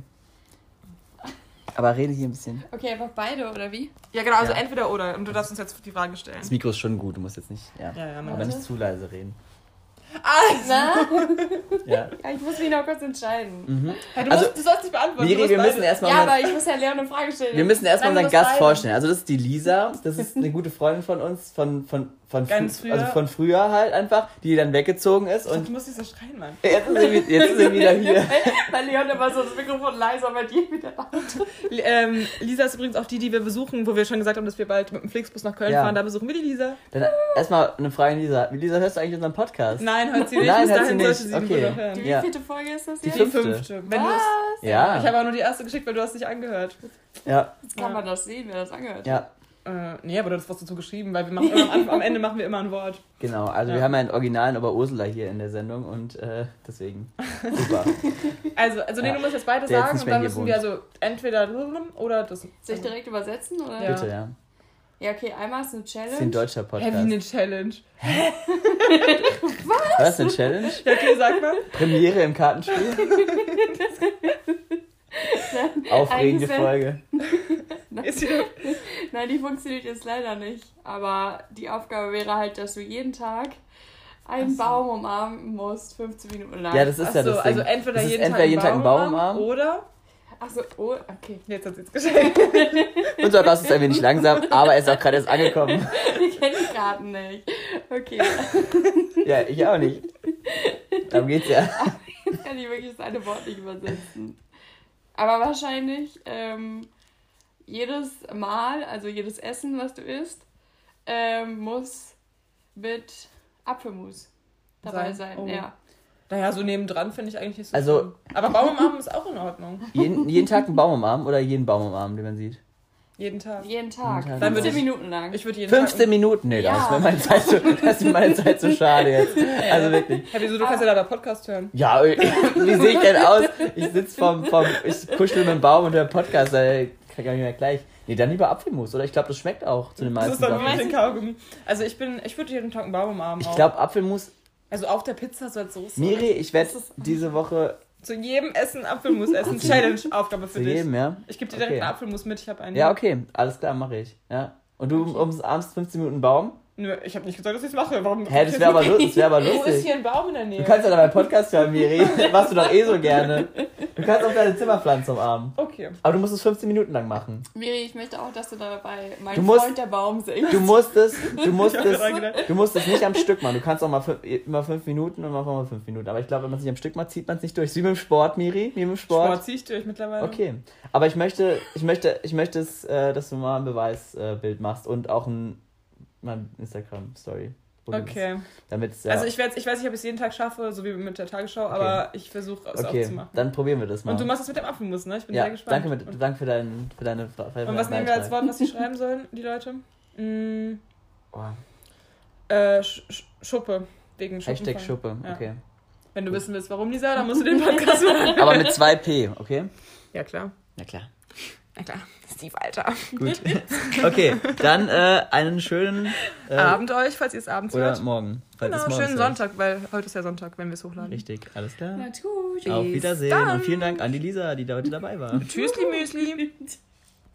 Aber rede hier ein bisschen. Okay, einfach beide, oder wie? Ja, genau, also Ja. entweder oder. Und du darfst uns jetzt die Frage stellen. Das Mikro ist schon gut, du musst jetzt nicht, ja. Ja, ja, man Aber nicht zu leise reden. Na? Ja. Ja, ich muss mich noch kurz entscheiden. Mhm. Hey, du, Also, musst, du sollst dich beantworten. Miri, du wir musst müssen beide. erstmal Ja, unseren, aber ich muss ja Leon eine Frage stellen. wir müssen erstmal Nein, unseren du musst Gast beide. vorstellen. Also das ist die Lisa, das ist eine gute Freundin von uns, von, von, von, Ganz frü- früher. also von früher halt einfach, die dann weggezogen ist Und und du musst nicht so schreien, Mann. jetzt ist sie, wieder- jetzt ist sie wieder hier. Weil Leon immer so das Mikrofon leiser bei dir wieder laut. L- Ähm, Lisa ist übrigens auch die, die wir besuchen, wo wir schon gesagt haben, dass wir bald mit dem Flixbus nach Köln Ja. fahren. Da besuchen wir die Lisa. Dann erstmal eine Frage an Lisa. Lisa, hörst du eigentlich unseren Podcast? Nein, hört sie nicht. Nein, Bis hört sie dahin nicht. sollte sie ihn Okay. wohl noch hören. Die Ja. wievielte Folge ist das Die jetzt? Die fünfte. fünfte. Wenn Was? du's- Ja. Ich habe auch nur die erste geschickt, weil du hast nicht angehört. Ja, Jetzt kann man das sehen, wer das angehört ja. hat. Äh, nee, aber du hast was dazu geschrieben, weil wir machen immer, am, Anfang- am Ende machen wir immer ein Wort. Genau, also Ja. wir haben ja einen originalen Oberursula hier in der Sendung und äh, deswegen super. Also, also nee, Ja. du musst jetzt beide Der jetzt sagen nicht und mehr dann hier müssen wir also entweder oder das. Soll ich direkt übersetzen? Oder? Ja. Bitte, ja. Ja, okay, einmal ist eine Das ist ein Challenge. deutscher Hä, Podcast. wie eine Challenge. Was ist eine Challenge? Ja, okay, sag mal. Premiere im Kartenspiel? Aufregende Eigentlich- Folge. Ist die, Nein, die funktioniert jetzt leider nicht. Aber die Aufgabe wäre halt, dass du jeden Tag einen Ach so. Baum umarmen musst, fünfzehn Minuten lang. Ja, das ist ja Achso, das Ding. also entweder Das ist jeden, entweder Tag, jeden Tag einen Baum umarmen umarmen. oder. Achso, oh, okay. Jetzt hat sie es geschenkt. Unser Gast ist ein wenig langsam, aber er ist auch gerade erst angekommen. Ich kenne die Karten nicht. Okay, Ja, ich auch nicht. Darum geht's ja. jetzt kann ich wirklich das eine Wort nicht übersetzen. Aber wahrscheinlich ähm, jedes Mal, also jedes Essen, was du isst, ähm, muss mit Apfelmus dabei Sein. sein. Oh. Ja. Naja, so nebendran finde ich eigentlich nicht so Also- schlimm. Aber Baum umarmen ist auch in Ordnung. Jeden, jeden Tag einen Baum umarmen oder jeden Baum umarmen, den man sieht? Jeden Tag. Jeden Tag. Jeden Tag. Dann würde fünfzehn ich- Minuten lang. Ich würde jeden fünfzehn Minuten? Nee, Ja. das ist mir meine Zeit zu, das ist mir meine Zeit zu schade jetzt. Also wirklich. Tag. Ja, wieso, du kannst ja da Podcast hören. Ja, wie sehe ich denn aus? Ich sitze vom, vom, ich kuschel mit dem Baum und höre Podcast, da kann ich gar nicht mehr gleich. Nee, dann lieber Apfelmus, oder? Ich glaube, das schmeckt auch zu den Das meisten ist dann Sachen. wirklich ein Kaugummi. Also ich bin, ich würde jeden Tag einen Baum umarmen. Ich auch. glaube, Apfelmus, Also auf der Pizza so als Soße. Miri, ich werde Das ist- diese Woche Zu jedem Essen Apfelmus essen. Challenge-Aufgabe für zu dich. jedem, ja? Ich gebe dir direkt Okay. einen Apfelmus mit, ich habe einen. Ja, okay, alles klar, mache ich. Ja. Und du Okay. umarmst fünfzehn Minuten Baum? Nö, ich habe nicht gesagt, dass ich es mache. Warum? Hä, das wäre aber, lu- das wär aber Wo ist lustig. hier ein Baum in der Nähe? Du kannst ja dann meinen Podcast hören, Miri. Machst du doch eh so gerne. Du kannst auch deine Zimmerpflanze umarmen. Okay. Aber du musst es fünfzehn Minuten lang machen. Miri, ich möchte auch, dass du dabei mein Du musst- Freund der Baum singst. Du musst es, du musst Ich hab es, daran gedacht. du musst es nicht am Stück machen. Du kannst auch mal fünf, immer fünf Minuten und mal mal fünf Minuten. Aber ich glaube, wenn man es nicht am Stück macht, zieht man es nicht durch. Wie mit dem Sport, Miri, wie mit dem Sport. Sport ziehe ich durch mittlerweile. Okay. Aber ich möchte, ich möchte, ich möchte es, äh, dass du mal ein Beweisbild machst und auch ein, mal ein Instagram-Story. Okay. Damit es ja. Also ich, werd, ich weiß nicht, ob ich es jeden Tag schaffe, so wie mit der Tagesschau, aber ich versuche es auch okay, zu machen. dann probieren wir das mal. Und du machst es mit dem Apfelmus, ne? Ich bin ja, sehr gespannt. danke, mit, danke für, dein, für deine für Und deinen was nehmen wir als Beitrag. Wort, was sie schreiben sollen, die Leute? Mm, Oh. äh, Sch Sch Schuppe. Wegen Schuppen. Hashtag Schuppe, ja. okay. Wenn du wissen willst, warum, Lisa, dann musst du den Podcast machen. Aber mit zwei P, okay? Ja, klar. Ja, klar. Ja, klar. Steve, Alter. Gut. Okay, dann äh, einen schönen äh, Abend euch, falls ihr es abends oder hört. morgen. Falls Genau, es morgens schönen hört. Sonntag, weil heute ist ja Sonntag, wenn wir es hochladen. Richtig, alles klar. Na gut. Auf Bis Wiedersehen dann. und vielen Dank an die Lisa, die da heute dabei war. Tschüssli, Müsli.